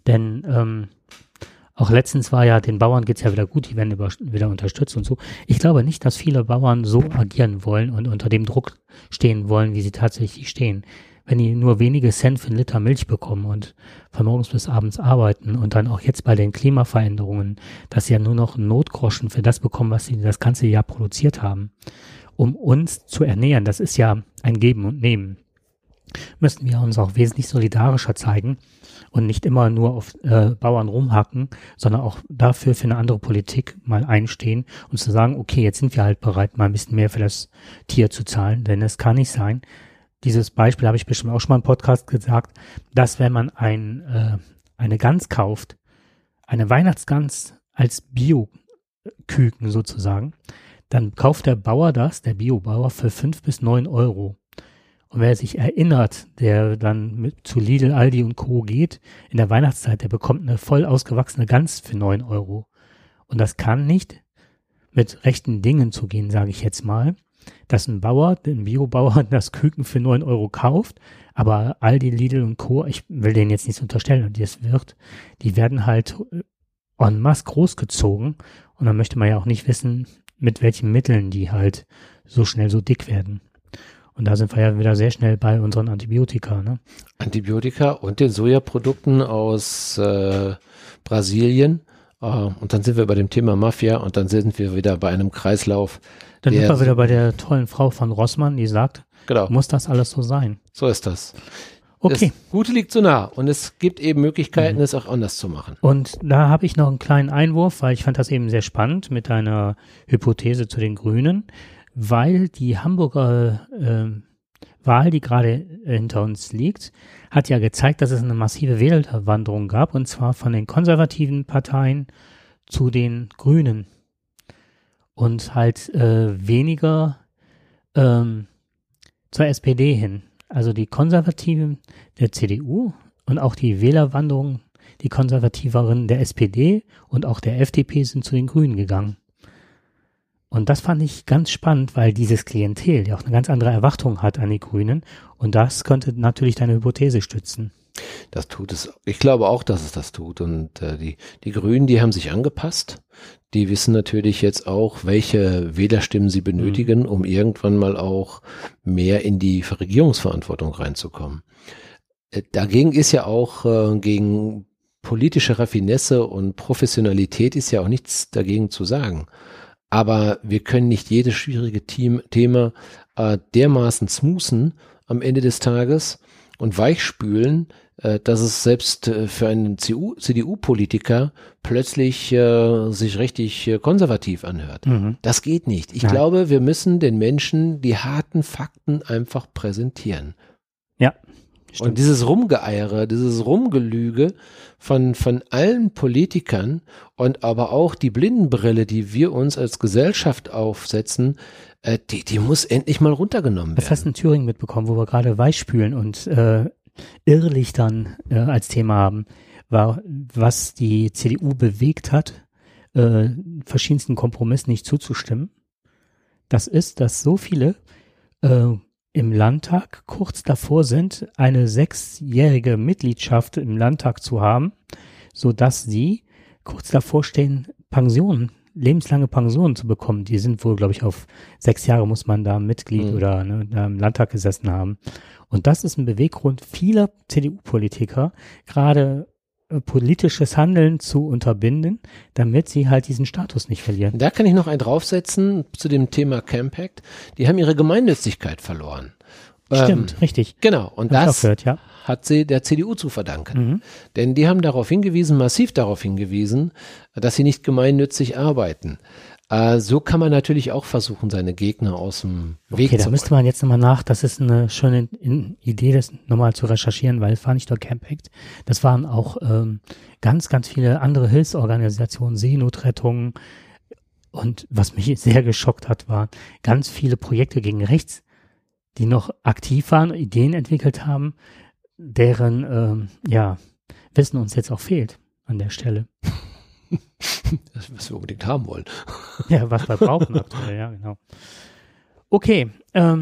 denn auch letztens war ja, den Bauern geht's ja wieder gut, die werden wieder unterstützt und so. Ich glaube nicht, dass viele Bauern so agieren wollen und unter dem Druck stehen wollen, wie sie tatsächlich stehen. Wenn die nur wenige Cent für einen Liter Milch bekommen und von morgens bis abends arbeiten und dann auch jetzt bei den Klimaveränderungen, dass sie ja nur noch einen Notgroschen für das bekommen, was sie das ganze Jahr produziert haben, um uns zu ernähren, das ist ja ein Geben und Nehmen, müssen wir uns auch wesentlich solidarischer zeigen und nicht immer nur auf Bauern rumhacken, sondern auch dafür für eine andere Politik mal einstehen und zu sagen, okay, jetzt sind wir halt bereit, mal ein bisschen mehr für das Tier zu zahlen, denn es kann nicht sein, dieses Beispiel habe ich bestimmt auch schon mal im Podcast gesagt, dass wenn man eine Gans kauft, eine Weihnachtsgans als Bio-Küken sozusagen, dann kauft der Bauer der Biobauer für 5 bis 9 Euro. Und wer sich erinnert, der dann zu Lidl, Aldi und Co. geht, in der Weihnachtszeit, der bekommt eine voll ausgewachsene Gans für 9 Euro. Und das kann nicht mit rechten Dingen zugehen, sage ich jetzt mal, dass ein Biobauer, das Küken für 9 Euro kauft, aber Aldi, Lidl und Co., ich will denen jetzt nichts unterstellen, die werden halt en masse großgezogen und dann möchte man ja auch nicht wissen, mit welchen Mitteln die halt so schnell so dick werden. Und da sind wir ja wieder sehr schnell bei unseren Antibiotika, ne? Antibiotika und den Sojaprodukten aus Brasilien. Und dann sind wir bei dem Thema Mafia und dann sind wir wieder bei einem Kreislauf. Dann sind wir wieder bei der tollen Frau von Rossmann, die sagt, genau, muss das alles so sein? So ist das. Okay. Das Gute liegt so nah und es gibt eben Möglichkeiten, es auch anders zu machen. Und da habe ich noch einen kleinen Einwurf, weil ich fand das eben sehr spannend mit deiner Hypothese zu den Grünen, weil die Hamburger Wahl, die gerade hinter uns liegt, hat ja gezeigt, dass es eine massive Wählerwanderung gab, und zwar von den konservativen Parteien zu den Grünen. Und halt weniger zur SPD hin. Also die Konservativen der CDU und auch die Wählerwanderung, die Konservativeren der SPD und auch der FDP sind zu den Grünen gegangen. Und das fand ich ganz spannend, weil dieses Klientel ja auch eine ganz andere Erwartung hat an die Grünen, und das könnte natürlich deine Hypothese stützen. Das tut es. Ich glaube auch, dass es das tut. Und die Grünen, die haben sich angepasst. Die wissen natürlich jetzt auch, welche Wählerstimmen sie benötigen, um irgendwann mal auch mehr in die Regierungsverantwortung reinzukommen. Dagegen ist ja auch gegen politische Raffinesse und Professionalität ist ja auch nichts dagegen zu sagen. Aber wir können nicht jedes schwierige Thema dermaßen smoothen am Ende des Tages und weichspülen, dass es selbst für einen CDU-Politiker plötzlich sich richtig konservativ anhört. Das geht nicht. Ich glaube, wir müssen den Menschen die harten Fakten einfach präsentieren. Ja. Stimmt. Und dieses Rumgeeiere, dieses Rumgelüge von allen Politikern und aber auch die Blindenbrille, die wir uns als Gesellschaft aufsetzen, die muss endlich mal runtergenommen werden. Was hast du in Thüringen mitbekommen, wo wir gerade Weichspülen und Irrlichtern als Thema haben, war, was die CDU bewegt hat, verschiedensten Kompromissen nicht zuzustimmen? Das ist, dass so viele im Landtag kurz davor sind, eine 6-jährige Mitgliedschaft im Landtag zu haben, sodass sie kurz davor stehen, lebenslange Pensionen zu bekommen. Die sind wohl, glaube ich, auf 6 Jahre muss man da Mitglied oder da im Landtag gesessen haben. Und das ist ein Beweggrund vieler CDU-Politiker, gerade politisches Handeln zu unterbinden, damit sie halt diesen Status nicht verlieren. Da kann ich noch einen draufsetzen zu dem Thema Campact. Die haben ihre Gemeinnützigkeit verloren. Richtig. Genau. Und das hat sie der CDU zu verdanken. Denn die haben massiv darauf hingewiesen, dass sie nicht gemeinnützig arbeiten. So kann man natürlich auch versuchen, seine Gegner aus dem Weg zu räumen. Da müsste man jetzt nochmal das ist eine schöne Idee, das nochmal zu recherchieren, weil es war nicht nur Campact, das waren auch ganz, ganz viele andere Hilfsorganisationen, Seenotrettungen, und was mich sehr geschockt hat, waren ganz viele Projekte gegen rechts, die noch aktiv waren, Ideen entwickelt haben, deren Wissen uns jetzt auch fehlt an der Stelle. Das, was wir unbedingt haben wollen. Ja, was wir brauchen aktuell, ja, genau. Okay,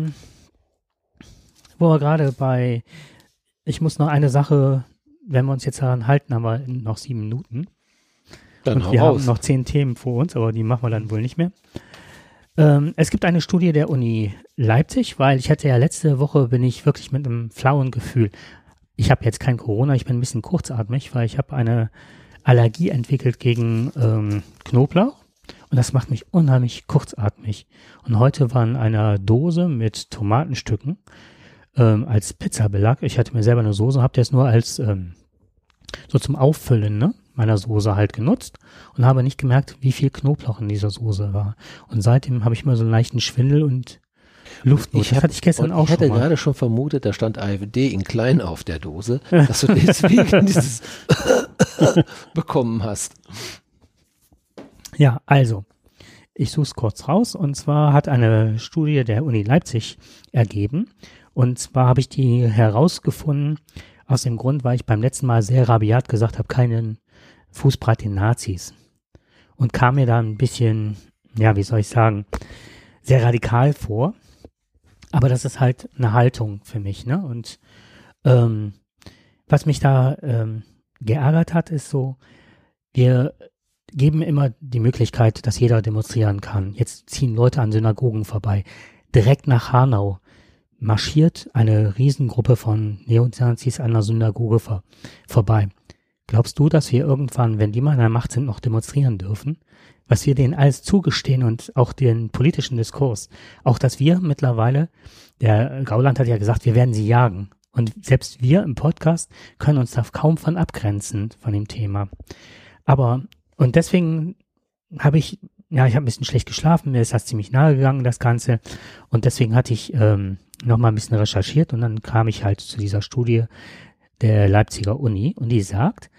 wo wir gerade ich muss noch eine Sache, wenn wir uns jetzt daran halten, haben wir noch 7 Minuten. Dann und wir haben noch 10 Themen vor uns, aber die machen wir dann wohl nicht mehr. Es gibt eine Studie der Uni Leipzig, weil ich hatte ja letzte Woche, bin ich wirklich mit einem flauen Gefühl. Ich habe jetzt kein Corona, ich bin ein bisschen kurzatmig, weil ich habe eine Allergie entwickelt gegen Knoblauch, und das macht mich unheimlich kurzatmig. Und heute war in einer Dose mit Tomatenstücken als Pizzabelag. Ich hatte mir selber eine Soße, habe das nur als so zum Auffüllen meiner Soße halt genutzt und habe nicht gemerkt, wie viel Knoblauch in dieser Soße war. Und seitdem habe ich immer so einen leichten Schwindel und Luftnot. Das hatte ich gestern auch schon mal. Ich hatte gerade schon vermutet, da stand AfD in klein auf der Dose, dass du deswegen dieses bekommen hast. Ja, also, ich suche es kurz raus. Und zwar hat eine Studie der Uni Leipzig ergeben, Und zwar habe ich die herausgefunden aus dem Grund, weil ich beim letzten Mal sehr rabiat gesagt habe, keinen Fußbreit den Nazis. Und kam mir da ein bisschen, ja, wie soll ich sagen, sehr radikal vor. Aber das ist halt eine Haltung für mich, ne? Und was mich da geärgert hat, ist so, wir geben immer die Möglichkeit, dass jeder demonstrieren kann. Jetzt ziehen Leute an Synagogen vorbei. Direkt nach Hanau marschiert eine Riesengruppe von Neonazis an der Synagoge vorbei. Glaubst du, dass wir irgendwann, wenn die mal in der Macht sind, noch demonstrieren dürfen? Was wir denen alles zugestehen und auch den politischen Diskurs. Auch, dass wir mittlerweile, der Gauland hat ja gesagt, wir werden sie jagen. Und selbst wir im Podcast können uns da kaum von abgrenzen, von dem Thema. Aber, und deswegen habe ich ein bisschen schlecht geschlafen, mir ist das ziemlich nahe gegangen, das Ganze. Und deswegen hatte ich noch mal ein bisschen recherchiert und dann kam ich halt zu dieser Studie der Leipziger Uni und die sagt,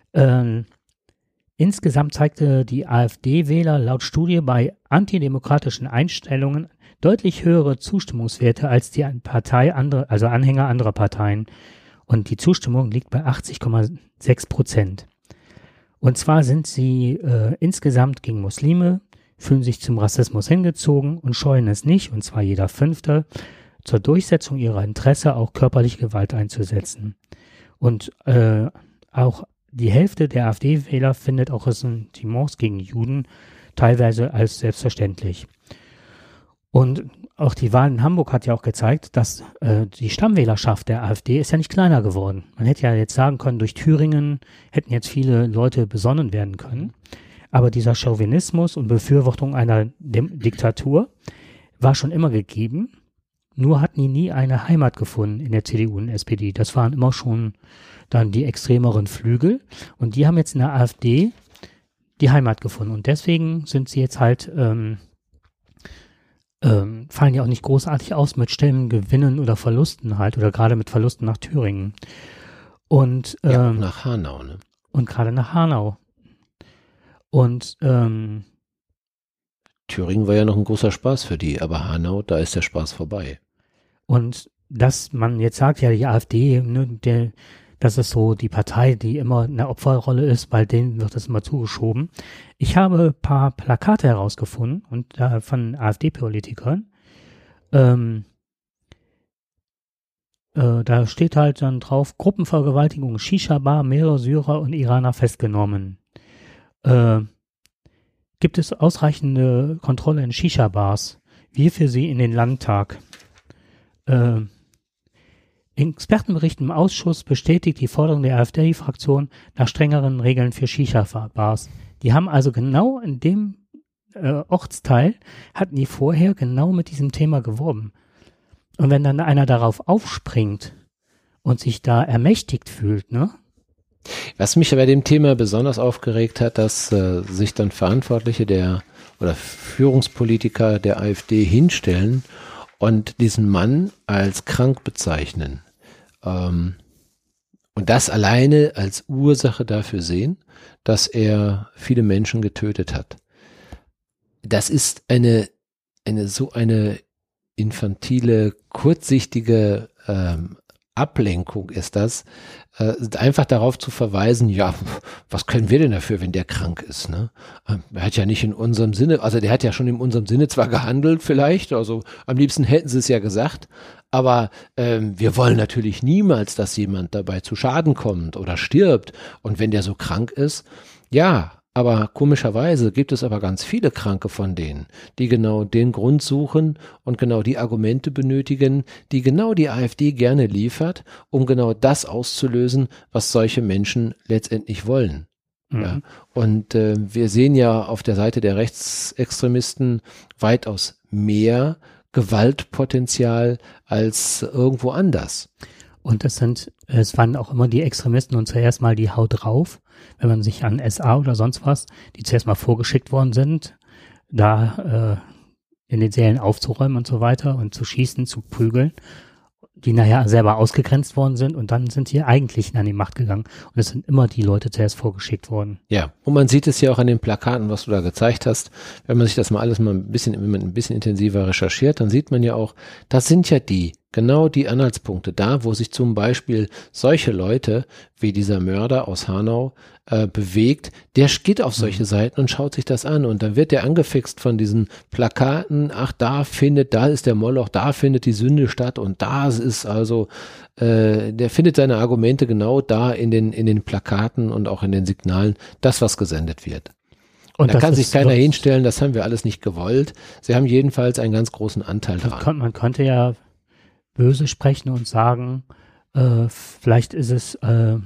insgesamt zeigte die AfD-Wähler laut Studie bei antidemokratischen Einstellungen deutlich höhere Zustimmungswerte als die Anhänger anderer Parteien. Und die Zustimmung liegt bei 80,6%. Und zwar sind sie insgesamt gegen Muslime, fühlen sich zum Rassismus hingezogen und scheuen es nicht, und zwar jeder Fünfte, zur Durchsetzung ihrer Interesse auch körperliche Gewalt einzusetzen. Und auch die Hälfte der AfD-Wähler findet auch Ressentiments gegen Juden teilweise als selbstverständlich. Und auch die Wahl in Hamburg hat ja auch gezeigt, dass die Stammwählerschaft der AfD ist ja nicht kleiner geworden. Man hätte ja jetzt sagen können, durch Thüringen hätten jetzt viele Leute besonnen werden können. Aber dieser Chauvinismus und Befürwortung einer Diktatur war schon immer gegeben. Nur hatten die nie eine Heimat gefunden in der CDU und SPD. Das waren immer schon dann die extremeren Flügel. Und die haben jetzt in der AfD die Heimat gefunden. Und deswegen sind sie jetzt halt, fallen ja auch nicht großartig aus mit Stimmengewinnen oder Verlusten halt. Oder gerade mit Verlusten nach Thüringen. Und nach Hanau, ne? Und gerade nach Hanau. Und Thüringen war ja noch ein großer Spaß für die, aber Hanau, da ist der Spaß vorbei. Und dass man jetzt sagt, ja, die AfD, ne, das ist so die Partei, die immer in der Opferrolle ist, weil denen wird das immer zugeschoben. Ich habe ein paar Plakate herausgefunden und von AfD-Politikern. Da steht halt dann drauf, Gruppenvergewaltigung, Shisha-Bar, mehrere Syrer und Iraner festgenommen. Gibt es ausreichende Kontrolle in Shisha-Bars? Wir für Sie in den Landtag. Expertenbericht im Ausschuss bestätigt die Forderung der AfD-Fraktion nach strengeren Regeln für Shisha-Bars. Die haben also genau in dem Ortsteil, hatten die vorher genau mit diesem Thema geworben. Und wenn dann einer darauf aufspringt und sich da ermächtigt fühlt, ne? Was mich bei dem Thema besonders aufgeregt hat, dass sich dann Verantwortliche oder Führungspolitiker der AfD hinstellen und diesen Mann als krank bezeichnen. Und das alleine als Ursache dafür sehen, dass er viele Menschen getötet hat. Das ist eine infantile, kurzsichtige Ablenkung ist das, einfach darauf zu verweisen, ja, was können wir denn dafür, wenn der krank ist, ne? Er hat ja nicht in unserem Sinne, also der hat ja schon in unserem Sinne zwar gehandelt vielleicht, also am liebsten hätten sie es ja gesagt, aber wir wollen natürlich niemals, dass jemand dabei zu Schaden kommt oder stirbt, und wenn der so krank ist, ja, aber komischerweise gibt es aber ganz viele Kranke von denen, die genau den Grund suchen und genau die Argumente benötigen, die genau die AfD gerne liefert, um genau das auszulösen, was solche Menschen letztendlich wollen. Mhm. Ja. Und wir sehen ja auf der Seite der Rechtsextremisten weitaus mehr Gewaltpotenzial als irgendwo anders. Und es waren auch immer die Extremisten und zuerst mal die Haut drauf, wenn man sich an SA oder sonst was, die zuerst mal vorgeschickt worden sind, da in den Sälen aufzuräumen und so weiter und zu schießen, zu prügeln, die nachher selber ausgegrenzt worden sind, und dann sind die Eigentlichen an die Macht gegangen. Und es sind immer die Leute zuerst vorgeschickt worden. Ja, und man sieht es ja auch an den Plakaten, was du da gezeigt hast. Wenn man sich das mal alles wenn man ein bisschen intensiver recherchiert, dann sieht man ja auch, das sind ja die Genau die Anhaltspunkte, da wo sich zum Beispiel solche Leute wie dieser Mörder aus Hanau bewegt, der geht auf solche Seiten und schaut sich das an und dann wird der angefixt von diesen Plakaten, ach da ist der Moloch, da findet die Sünde statt und da ist also, der findet seine Argumente genau da in den Plakaten und auch in den Signalen, das was gesendet wird. Und da kann sich keiner hinstellen, das haben wir alles nicht gewollt. Sie haben jedenfalls einen ganz großen Anteil daran. Man könnte ja böse sprechen und sagen, vielleicht ist es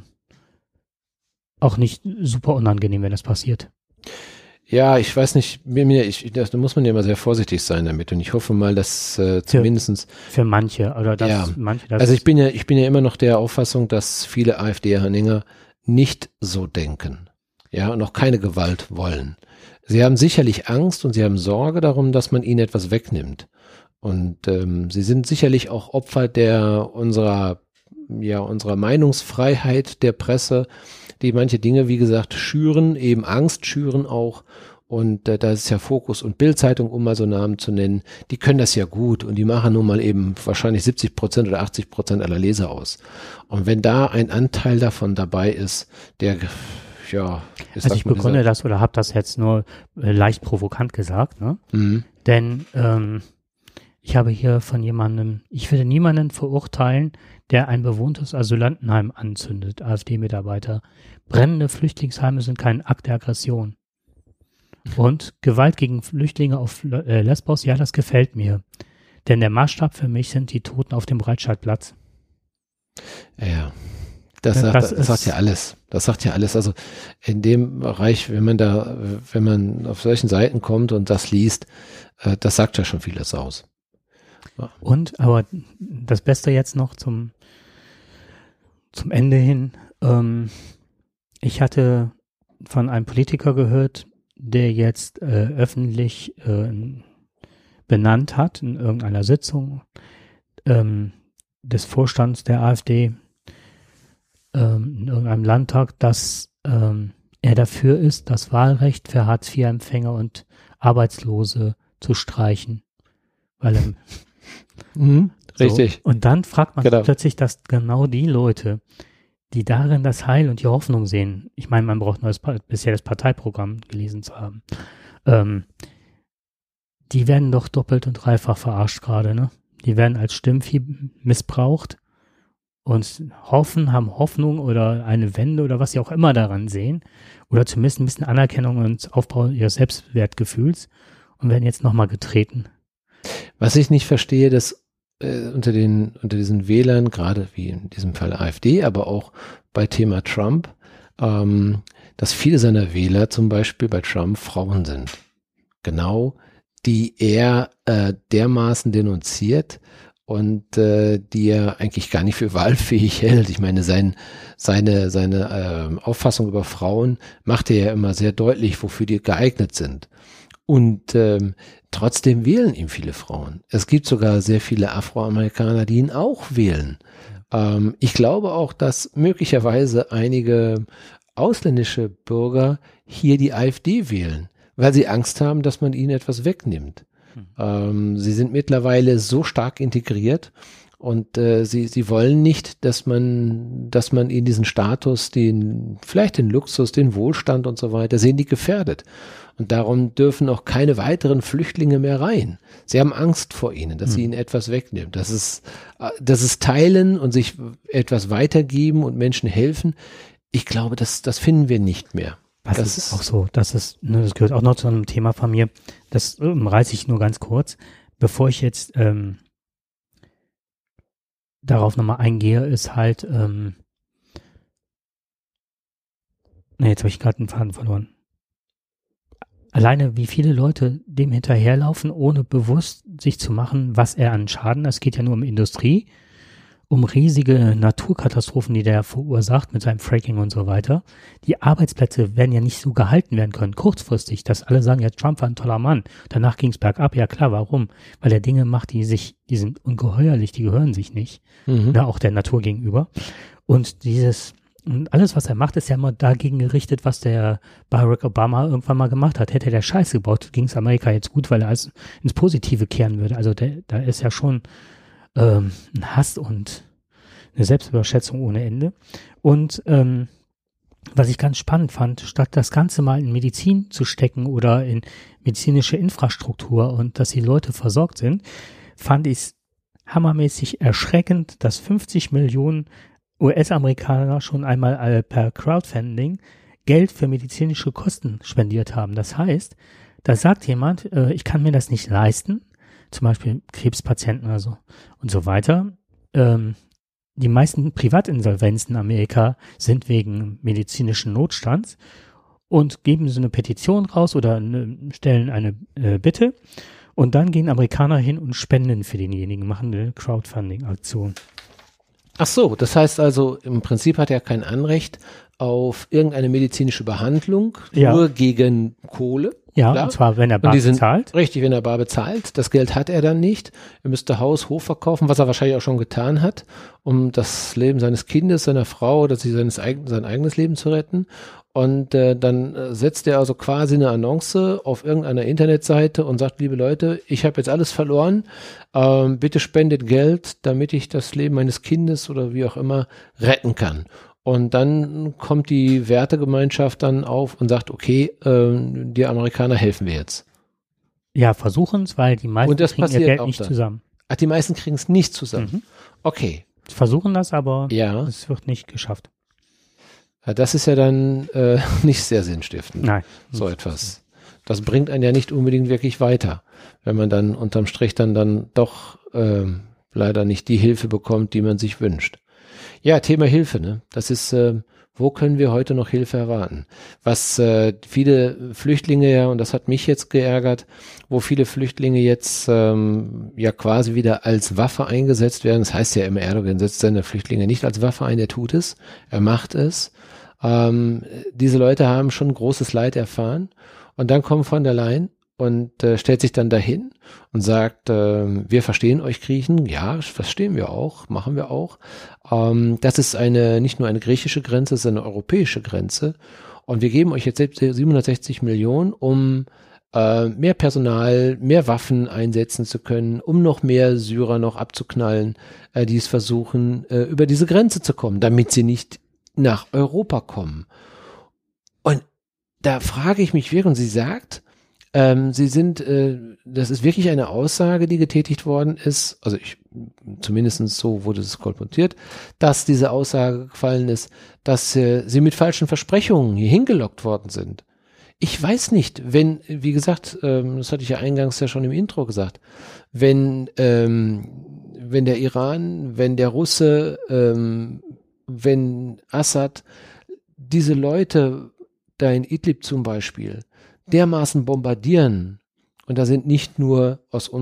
auch nicht super unangenehm, wenn das passiert. Ja, ich weiß nicht, da muss man ja immer sehr vorsichtig sein damit und ich hoffe mal, dass zumindestens für manche oder dass ja, manche das. Also ich bin ja immer noch der Auffassung, dass viele AfD-Anhänger nicht so denken, ja, und auch keine Gewalt wollen. Sie haben sicherlich Angst und sie haben Sorge darum, dass man ihnen etwas wegnimmt. Und sie sind sicherlich auch Opfer unserer Meinungsfreiheit der Presse, die manche Dinge, wie gesagt, schüren, eben Angst schüren auch. Und da ist ja Fokus und Bild-Zeitung, um mal so Namen zu nennen, die können das ja gut und die machen nun mal eben wahrscheinlich 70% oder 80% aller Leser aus. Und wenn da ein Anteil davon dabei ist, der also ich begründe das oder habe das jetzt nur leicht provokant gesagt, ne? Mhm. Denn ich habe hier von jemandem, ich würde niemanden verurteilen, der ein bewohntes Asylantenheim anzündet, AfD-Mitarbeiter. Brennende Flüchtlingsheime sind kein Akt der Aggression. Und Gewalt gegen Flüchtlinge auf Lesbos, ja, das gefällt mir. Denn der Maßstab für mich sind die Toten auf dem Breitscheidplatz. Ja, das sagt ja alles. Das sagt ja alles. Also in dem Bereich, wenn man auf solchen Seiten kommt und das liest, das sagt ja schon vieles aus. Und, aber das Beste jetzt noch zum Ende hin. Ich hatte von einem Politiker gehört, der jetzt öffentlich benannt hat in irgendeiner Sitzung des Vorstands der AfD in irgendeinem Landtag, dass er dafür ist, das Wahlrecht für Hartz-IV-Empfänger und Arbeitslose zu streichen. Weil richtig. So. Und dann fragt man plötzlich, dass genau die Leute, die darin das Heil und die Hoffnung sehen, ich meine, man braucht nur bisher das Parteiprogramm gelesen zu haben, die werden doch doppelt und dreifach verarscht gerade, ne? Die werden als Stimmvieh missbraucht und haben Hoffnung oder eine Wende oder was sie auch immer daran sehen oder zumindest ein bisschen Anerkennung und Aufbau ihres Selbstwertgefühls und werden jetzt nochmal getreten. Was ich nicht verstehe, dass unter diesen Wählern, gerade wie in diesem Fall AfD, aber auch bei Thema Trump, dass viele seiner Wähler zum Beispiel bei Trump Frauen sind. Genau, die er dermaßen denunziert und die er eigentlich gar nicht für wahlfähig hält. Ich meine, seine Auffassung über Frauen macht er ja immer sehr deutlich, wofür die geeignet sind. Und trotzdem wählen ihm viele Frauen. Es gibt sogar sehr viele Afroamerikaner, die ihn auch wählen. Ich glaube auch, dass möglicherweise einige ausländische Bürger hier die AfD wählen, weil sie Angst haben, dass man ihnen etwas wegnimmt. Sie sind mittlerweile so stark integriert und sie wollen nicht, dass man ihnen diesen Status, vielleicht den Luxus, den Wohlstand und so weiter, sehen die gefährdet. Und darum dürfen auch keine weiteren Flüchtlinge mehr rein. Sie haben Angst vor ihnen, dass sie ihnen etwas wegnehmen. Das ist Teilen und sich etwas weitergeben und Menschen helfen. Ich glaube, das finden wir nicht mehr. Das ist auch so. Das gehört auch noch zu einem Thema von mir. Das reiße ich nur ganz kurz. Bevor ich jetzt darauf nochmal eingehe, ist halt jetzt habe ich gerade einen Faden verloren. Alleine wie viele Leute dem hinterherlaufen, ohne bewusst sich zu machen, was er an Schaden, es geht ja nur um Industrie, um riesige Naturkatastrophen, die der verursacht mit seinem Fracking und so weiter. Die Arbeitsplätze werden ja nicht so gehalten werden können, kurzfristig, dass alle sagen, ja, Trump war ein toller Mann. Danach ging es bergab. Ja klar, warum? Weil er Dinge macht, die sind ungeheuerlich, die gehören sich nicht. Auch der Natur gegenüber. Und alles, was er macht, ist ja immer dagegen gerichtet, was der Barack Obama irgendwann mal gemacht hat. Hätte der Scheiße gebaut, ging es Amerika jetzt gut, weil er ins Positive kehren würde. Also da ist ja schon ein Hass und eine Selbstüberschätzung ohne Ende. Und was ich ganz spannend fand, statt das Ganze mal in Medizin zu stecken oder in medizinische Infrastruktur und dass die Leute versorgt sind, fand ich es hammermäßig erschreckend, dass 50 Millionen US-Amerikaner schon einmal per Crowdfunding Geld für medizinische Kosten spendiert haben. Das heißt, da sagt jemand, ich kann mir das nicht leisten, zum Beispiel Krebspatienten oder so und so weiter. Die meisten Privatinsolvenzen in Amerika sind wegen medizinischen Notstands und geben so eine Petition raus oder stellen eine Bitte und dann gehen Amerikaner hin und spenden für denjenigen, machen eine Crowdfunding-Aktion. Ach so, das heißt also, im Prinzip hat er kein Anrecht auf irgendeine medizinische Behandlung, nur gegen Kohle. Ja, klar. Und zwar, wenn er bar bezahlt. Richtig, wenn er bar bezahlt. Das Geld hat er dann nicht. Er müsste Haus, Hof verkaufen, was er wahrscheinlich auch schon getan hat, um das Leben seines Kindes, seiner Frau oder sein eigenes Leben zu retten. Und dann setzt er also quasi eine Annonce auf irgendeiner Internetseite und sagt, liebe Leute, ich habe jetzt alles verloren, bitte spendet Geld, damit ich das Leben meines Kindes oder wie auch immer retten kann. Und dann kommt die Wertegemeinschaft dann auf und sagt, okay, die Amerikaner helfen wir jetzt. Ja, versuchen es, weil die meisten kriegen ihr Geld nicht zusammen. Ach, die meisten kriegen es nicht zusammen. Mhm. Okay. Versuchen das, aber ja. Es wird nicht geschafft. Ja, das ist ja dann nicht sehr sinnstiftend. Nein. So etwas. Das bringt einen ja nicht unbedingt wirklich weiter, wenn man dann unterm Strich dann doch leider nicht die Hilfe bekommt, die man sich wünscht. Ja, Thema Hilfe, ne? Das ist, wo können wir heute noch Hilfe erwarten? Was viele Flüchtlinge ja, und das hat mich jetzt geärgert, wo viele Flüchtlinge jetzt ja quasi wieder als Waffe eingesetzt werden. Das heißt ja immer, Erdogan setzt seine Flüchtlinge nicht als Waffe ein, er tut es, er macht es. Diese Leute haben schon großes Leid erfahren und dann kommt von der Leyen und stellt sich dann dahin und sagt, wir verstehen euch Griechen, ja, das verstehen wir auch, machen wir auch. Das ist nicht nur eine griechische Grenze, es ist eine europäische Grenze und wir geben euch jetzt 760 Millionen, um mehr Personal, mehr Waffen einsetzen zu können, um noch mehr Syrer noch abzuknallen, die es versuchen, über diese Grenze zu kommen, damit sie nicht nach Europa kommen. Und da frage ich mich wirklich, und sie sagt, das ist wirklich eine Aussage, die getätigt worden ist, also zumindest so wurde es kolportiert, dass diese Aussage gefallen ist, dass sie mit falschen Versprechungen hier hingelockt worden sind. Ich weiß nicht, wie gesagt, das hatte ich ja eingangs ja schon im Intro gesagt, wenn der Iran, wenn der Russe, wenn Assad diese Leute da in Idlib zum Beispiel dermaßen bombardieren, und da sind nicht nur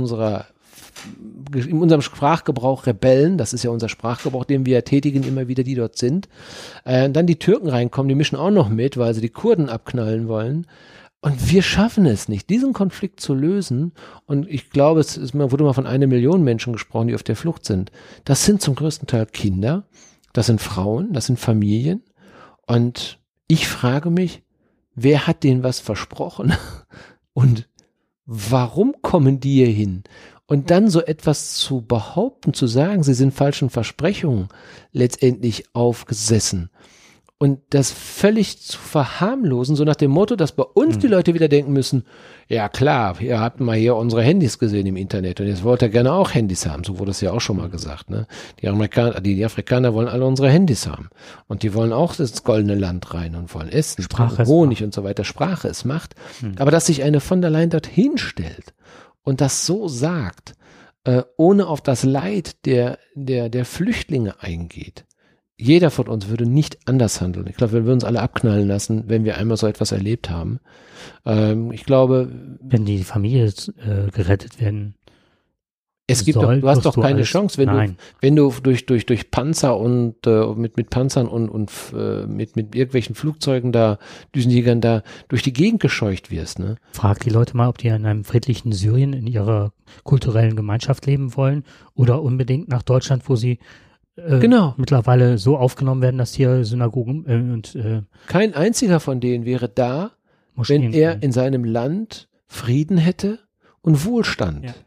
in unserem Sprachgebrauch Rebellen, das ist ja unser Sprachgebrauch, den wir tätigen, immer wieder, die dort sind, dann die Türken reinkommen, die mischen auch noch mit, weil sie die Kurden abknallen wollen, und wir schaffen es nicht, diesen Konflikt zu lösen, und ich glaube, wurde mal von 1 Million Menschen gesprochen, die auf der Flucht sind. Das sind zum größten Teil Kinder, das sind Frauen, das sind Familien, und ich frage mich, wer hat denen was versprochen und warum kommen die hier hin? Und dann so etwas zu behaupten, zu sagen, sie sind falschen Versprechungen letztendlich aufgesessen. Und das völlig zu verharmlosen, so nach dem Motto, dass bei uns die Leute wieder denken müssen, ja klar, ihr habt mal hier unsere Handys gesehen im Internet und jetzt wollt ihr gerne auch Handys haben, so wurde es ja auch schon mal gesagt, ne? Die Afrikaner wollen alle unsere Handys haben und die wollen auch ins goldene Land rein und wollen essen, Sprache Honig und so weiter, Sprache ist Macht. Aber dass sich eine von der Leyen dort hinstellt und das so sagt, ohne auf das Leid der Flüchtlinge eingeht, jeder von uns würde nicht anders handeln. Ich glaube, wir würden uns alle abknallen lassen, wenn wir einmal so etwas erlebt haben. Ich glaube, wenn die Familie gerettet werden, du hast doch keine Chance, wenn du durch Panzer und mit Panzern und mit irgendwelchen Flugzeugen da, Düsenjägern da durch die Gegend gescheucht wirst, ne? Frag die Leute mal, ob die in einem friedlichen Syrien in ihrer kulturellen Gemeinschaft leben wollen oder unbedingt nach Deutschland, wo sie mittlerweile so aufgenommen werden, dass hier Synagogen kein einziger von denen wäre da, wenn er in seinem Land Frieden hätte und Wohlstand. Ja.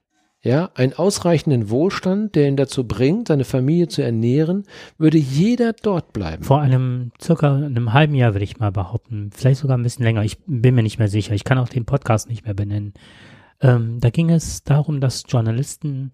ja, einen ausreichenden Wohlstand, der ihn dazu bringt, seine Familie zu ernähren, würde jeder dort bleiben. Vor circa einem halben Jahr würde ich mal behaupten, vielleicht sogar ein bisschen länger, ich bin mir nicht mehr sicher, ich kann auch den Podcast nicht mehr benennen. Da ging es darum, dass Journalisten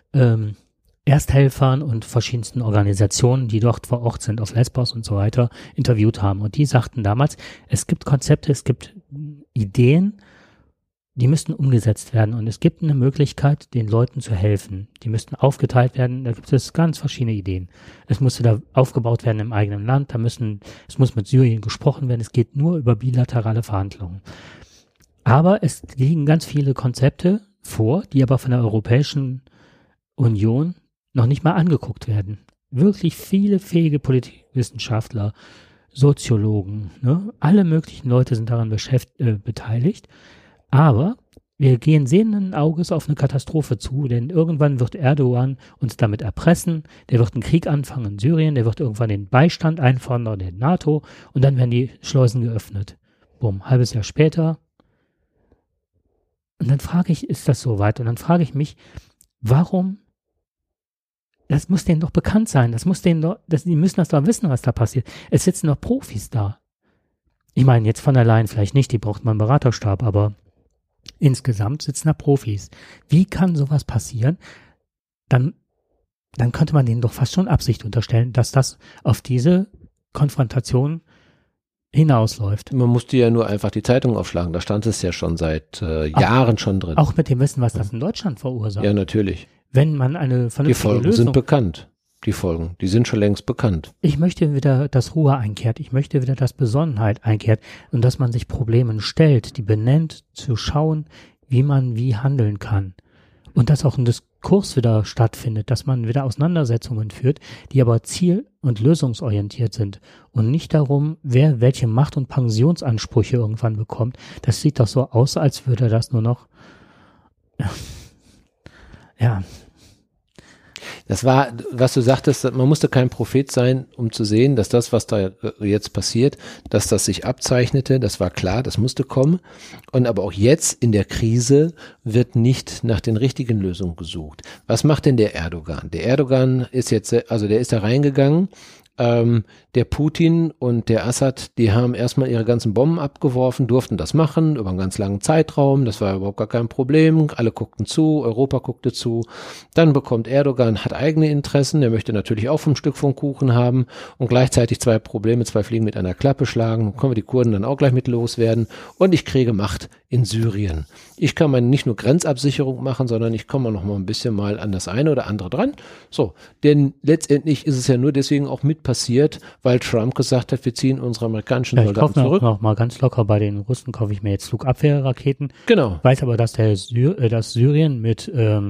Ersthelfern und verschiedensten Organisationen, die dort vor Ort sind, auf Lesbos und so weiter, interviewt haben. Und die sagten damals, es gibt Konzepte, es gibt Ideen, die müssten umgesetzt werden. Und es gibt eine Möglichkeit, den Leuten zu helfen. Die müssten aufgeteilt werden. Da gibt es ganz verschiedene Ideen. Es musste da aufgebaut werden im eigenen Land. Es muss mit Syrien gesprochen werden. Es geht nur über bilaterale Verhandlungen. Aber es liegen ganz viele Konzepte vor, die aber von der Europäischen Union noch nicht mal angeguckt werden. Wirklich viele fähige Politikwissenschaftler, Soziologen, ne? Alle möglichen Leute sind daran beteiligt. Aber wir gehen sehenden Auges auf eine Katastrophe zu, denn irgendwann wird Erdogan uns damit erpressen, der wird einen Krieg anfangen in Syrien, der wird irgendwann den Beistand einfordern der NATO und dann werden die Schleusen geöffnet. Bumm, halbes Jahr später. Und dann frage ich, ist das soweit? Und dann frage ich mich, warum? Das muss denen doch bekannt sein. Die müssen das doch wissen, was da passiert. Es sitzen doch Profis da. Ich meine, jetzt von allein vielleicht nicht, die braucht man einen Beraterstab, aber insgesamt sitzen da Profis. Wie kann sowas passieren? Dann könnte man denen doch fast schon Absicht unterstellen, dass das auf diese Konfrontation hinausläuft. Man musste ja nur einfach die Zeitung aufschlagen, da stand es ja schon seit Jahren schon drin. Auch mit dem Wissen, was das in Deutschland verursacht. Ja, natürlich. Wenn man eine vernünftige Die Folgen Lösung... sind bekannt. Die Folgen, die sind schon längst bekannt. Ich möchte wieder, dass Ruhe einkehrt. Ich möchte wieder, dass Besonnenheit einkehrt und dass man sich Problemen stellt, die benennt, zu schauen, wie man wie handeln kann. Und dass auch ein Diskurs wieder stattfindet, dass man wieder Auseinandersetzungen führt, die aber ziel- und lösungsorientiert sind und nicht darum, wer welche Macht- und Pensionsansprüche irgendwann bekommt. Das sieht doch so aus, als würde das nur noch, ja. Das war, was du sagtest, man musste kein Prophet sein, um zu sehen, dass das, was da jetzt passiert, dass das sich abzeichnete, das war klar, das musste kommen. Und aber auch jetzt in der Krise wird nicht nach den richtigen Lösungen gesucht. Was macht denn der Erdogan? Der Erdogan ist jetzt, also der ist da reingegangen. Der Putin und der Assad, die haben erstmal ihre ganzen Bomben abgeworfen, durften das machen über einen ganz langen Zeitraum, das war überhaupt gar kein Problem, alle guckten zu, Europa guckte zu, dann bekommt Erdogan, hat eigene Interessen, der möchte natürlich auch vom Stück vom Kuchen haben und gleichzeitig zwei Fliegen mit einer Klappe schlagen, dann können wir die Kurden dann auch gleich mit loswerden und ich kriege Macht in Syrien. Ich kann meine nicht nur Grenzabsicherung machen, sondern ich komme noch mal ein bisschen mal an das eine oder andere dran. So, denn letztendlich ist es ja nur deswegen auch mit passiert, weil Trump gesagt hat, wir ziehen unsere amerikanischen Soldaten zurück. Ich kaufe noch mal ganz locker bei den Russen, kaufe ich mir jetzt Flugabwehrraketen. Genau. Weiß aber, dass dass Syrien mit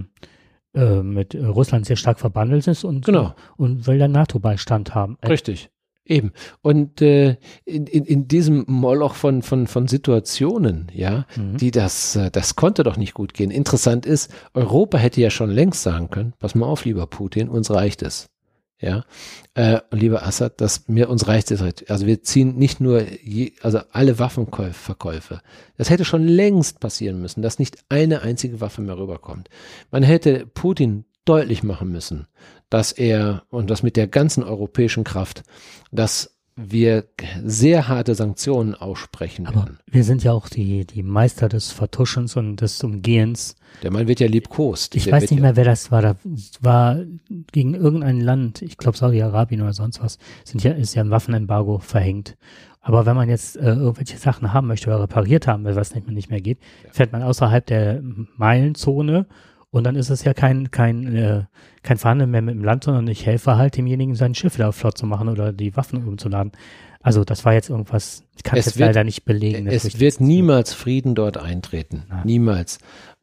Russland sehr stark verbandelt ist und, genau. Und will dann NATO-Beistand haben. Richtig. Eben. Und in diesem Moloch von Situationen, ja, die das konnte doch nicht gut gehen. Interessant ist, Europa hätte ja schon längst sagen können, pass mal auf, lieber Putin, uns reicht es. Ja, lieber Assad, uns reicht es. Also wir ziehen nicht nur alle Waffenverkäufe. Das hätte schon längst passieren müssen, dass nicht eine einzige Waffe mehr rüberkommt. Man hätte Putin deutlich machen müssen, dass er, und das mit der ganzen europäischen Kraft, dass wir sehr harte Sanktionen aussprechen werden. Aber wir sind ja auch die Meister des Vertuschens und des Umgehens. Der Mann wird ja liebkost. Ich weiß nicht mehr, wer das war. Das war gegen irgendein Land, ich glaube Saudi-Arabien oder sonst was, ist ja ein Waffenembargo verhängt. Aber wenn man jetzt irgendwelche Sachen haben möchte oder repariert haben will, was nicht mehr geht, fährt man außerhalb der Meilenzone. Und dann ist es ja kein Verhandeln mehr mit dem Land, sondern ich helfe halt demjenigen, sein Schiff wieder flott zu machen oder die Waffen umzuladen. Also das war jetzt irgendwas, ich kann es jetzt leider nicht belegen. Es wird niemals Frieden dort eintreten. Nein. Niemals.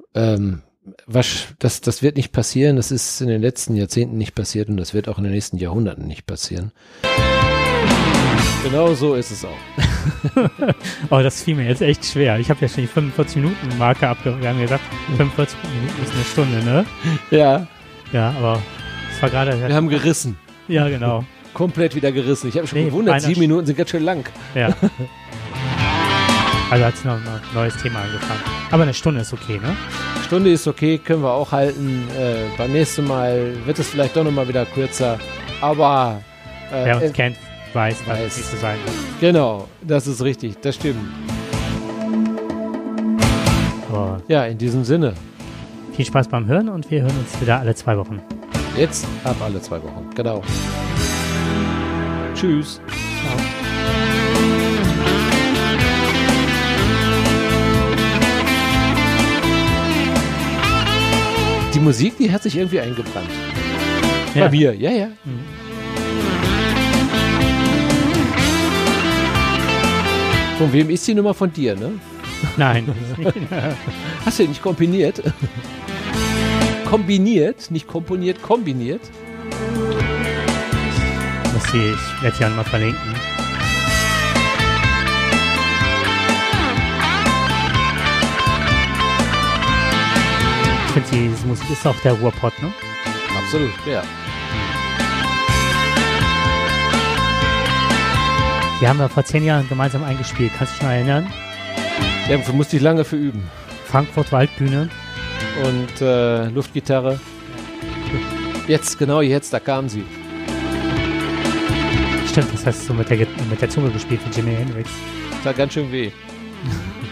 Das wird nicht passieren. Das ist in den letzten Jahrzehnten nicht passiert und das wird auch in den nächsten Jahrhunderten nicht passieren. Genau so ist es auch. Oh, das fiel mir jetzt echt schwer. Ich habe ja schon die 45-Minuten-Marke abgehört. Wir haben gesagt, 45 Minuten ist eine Stunde, ne? Ja. Ja, aber es war gerade... Wir haben gerissen. Ja, genau. Komplett wieder gerissen. Ich habe schon gewundert, 7 Minuten sind ganz schön lang. Ja. Also hat es noch ein neues Thema angefangen. Aber eine Stunde ist okay, ne? Stunde ist okay, können wir auch halten. Beim nächsten Mal wird es vielleicht doch nochmal wieder kürzer. Aber wer uns kennt, weiß, dass es nicht so sein wird. Genau, das ist richtig, das stimmt. Aber ja, in diesem Sinne. Viel Spaß beim Hören und wir hören uns wieder alle 2 Wochen. Jetzt ab alle 2 Wochen, genau. Tschüss. Ciao. Die Musik, die hat sich irgendwie eingebrannt. Ja. Bei mir, ja. Mhm. Von wem ist die Nummer? Von dir, ne? Nein. Hast du nicht kombiniert? Kombiniert, nicht komponiert, kombiniert. Ich werde sie ja nochmal verlinken. Ich finde, diese Musik ist auch der Ruhrpott, ne? Absolut, ja. Die haben wir vor 10 Jahren gemeinsam eingespielt. Kannst du dich noch erinnern? Ja, dafür musste ich lange für üben. Frankfurt Waldbühne. Und Luftgitarre. Jetzt, genau jetzt, da kam sie. Stimmt, das hast du mit der Zunge gespielt von Jimi Hendrix. Das tat ganz schön weh.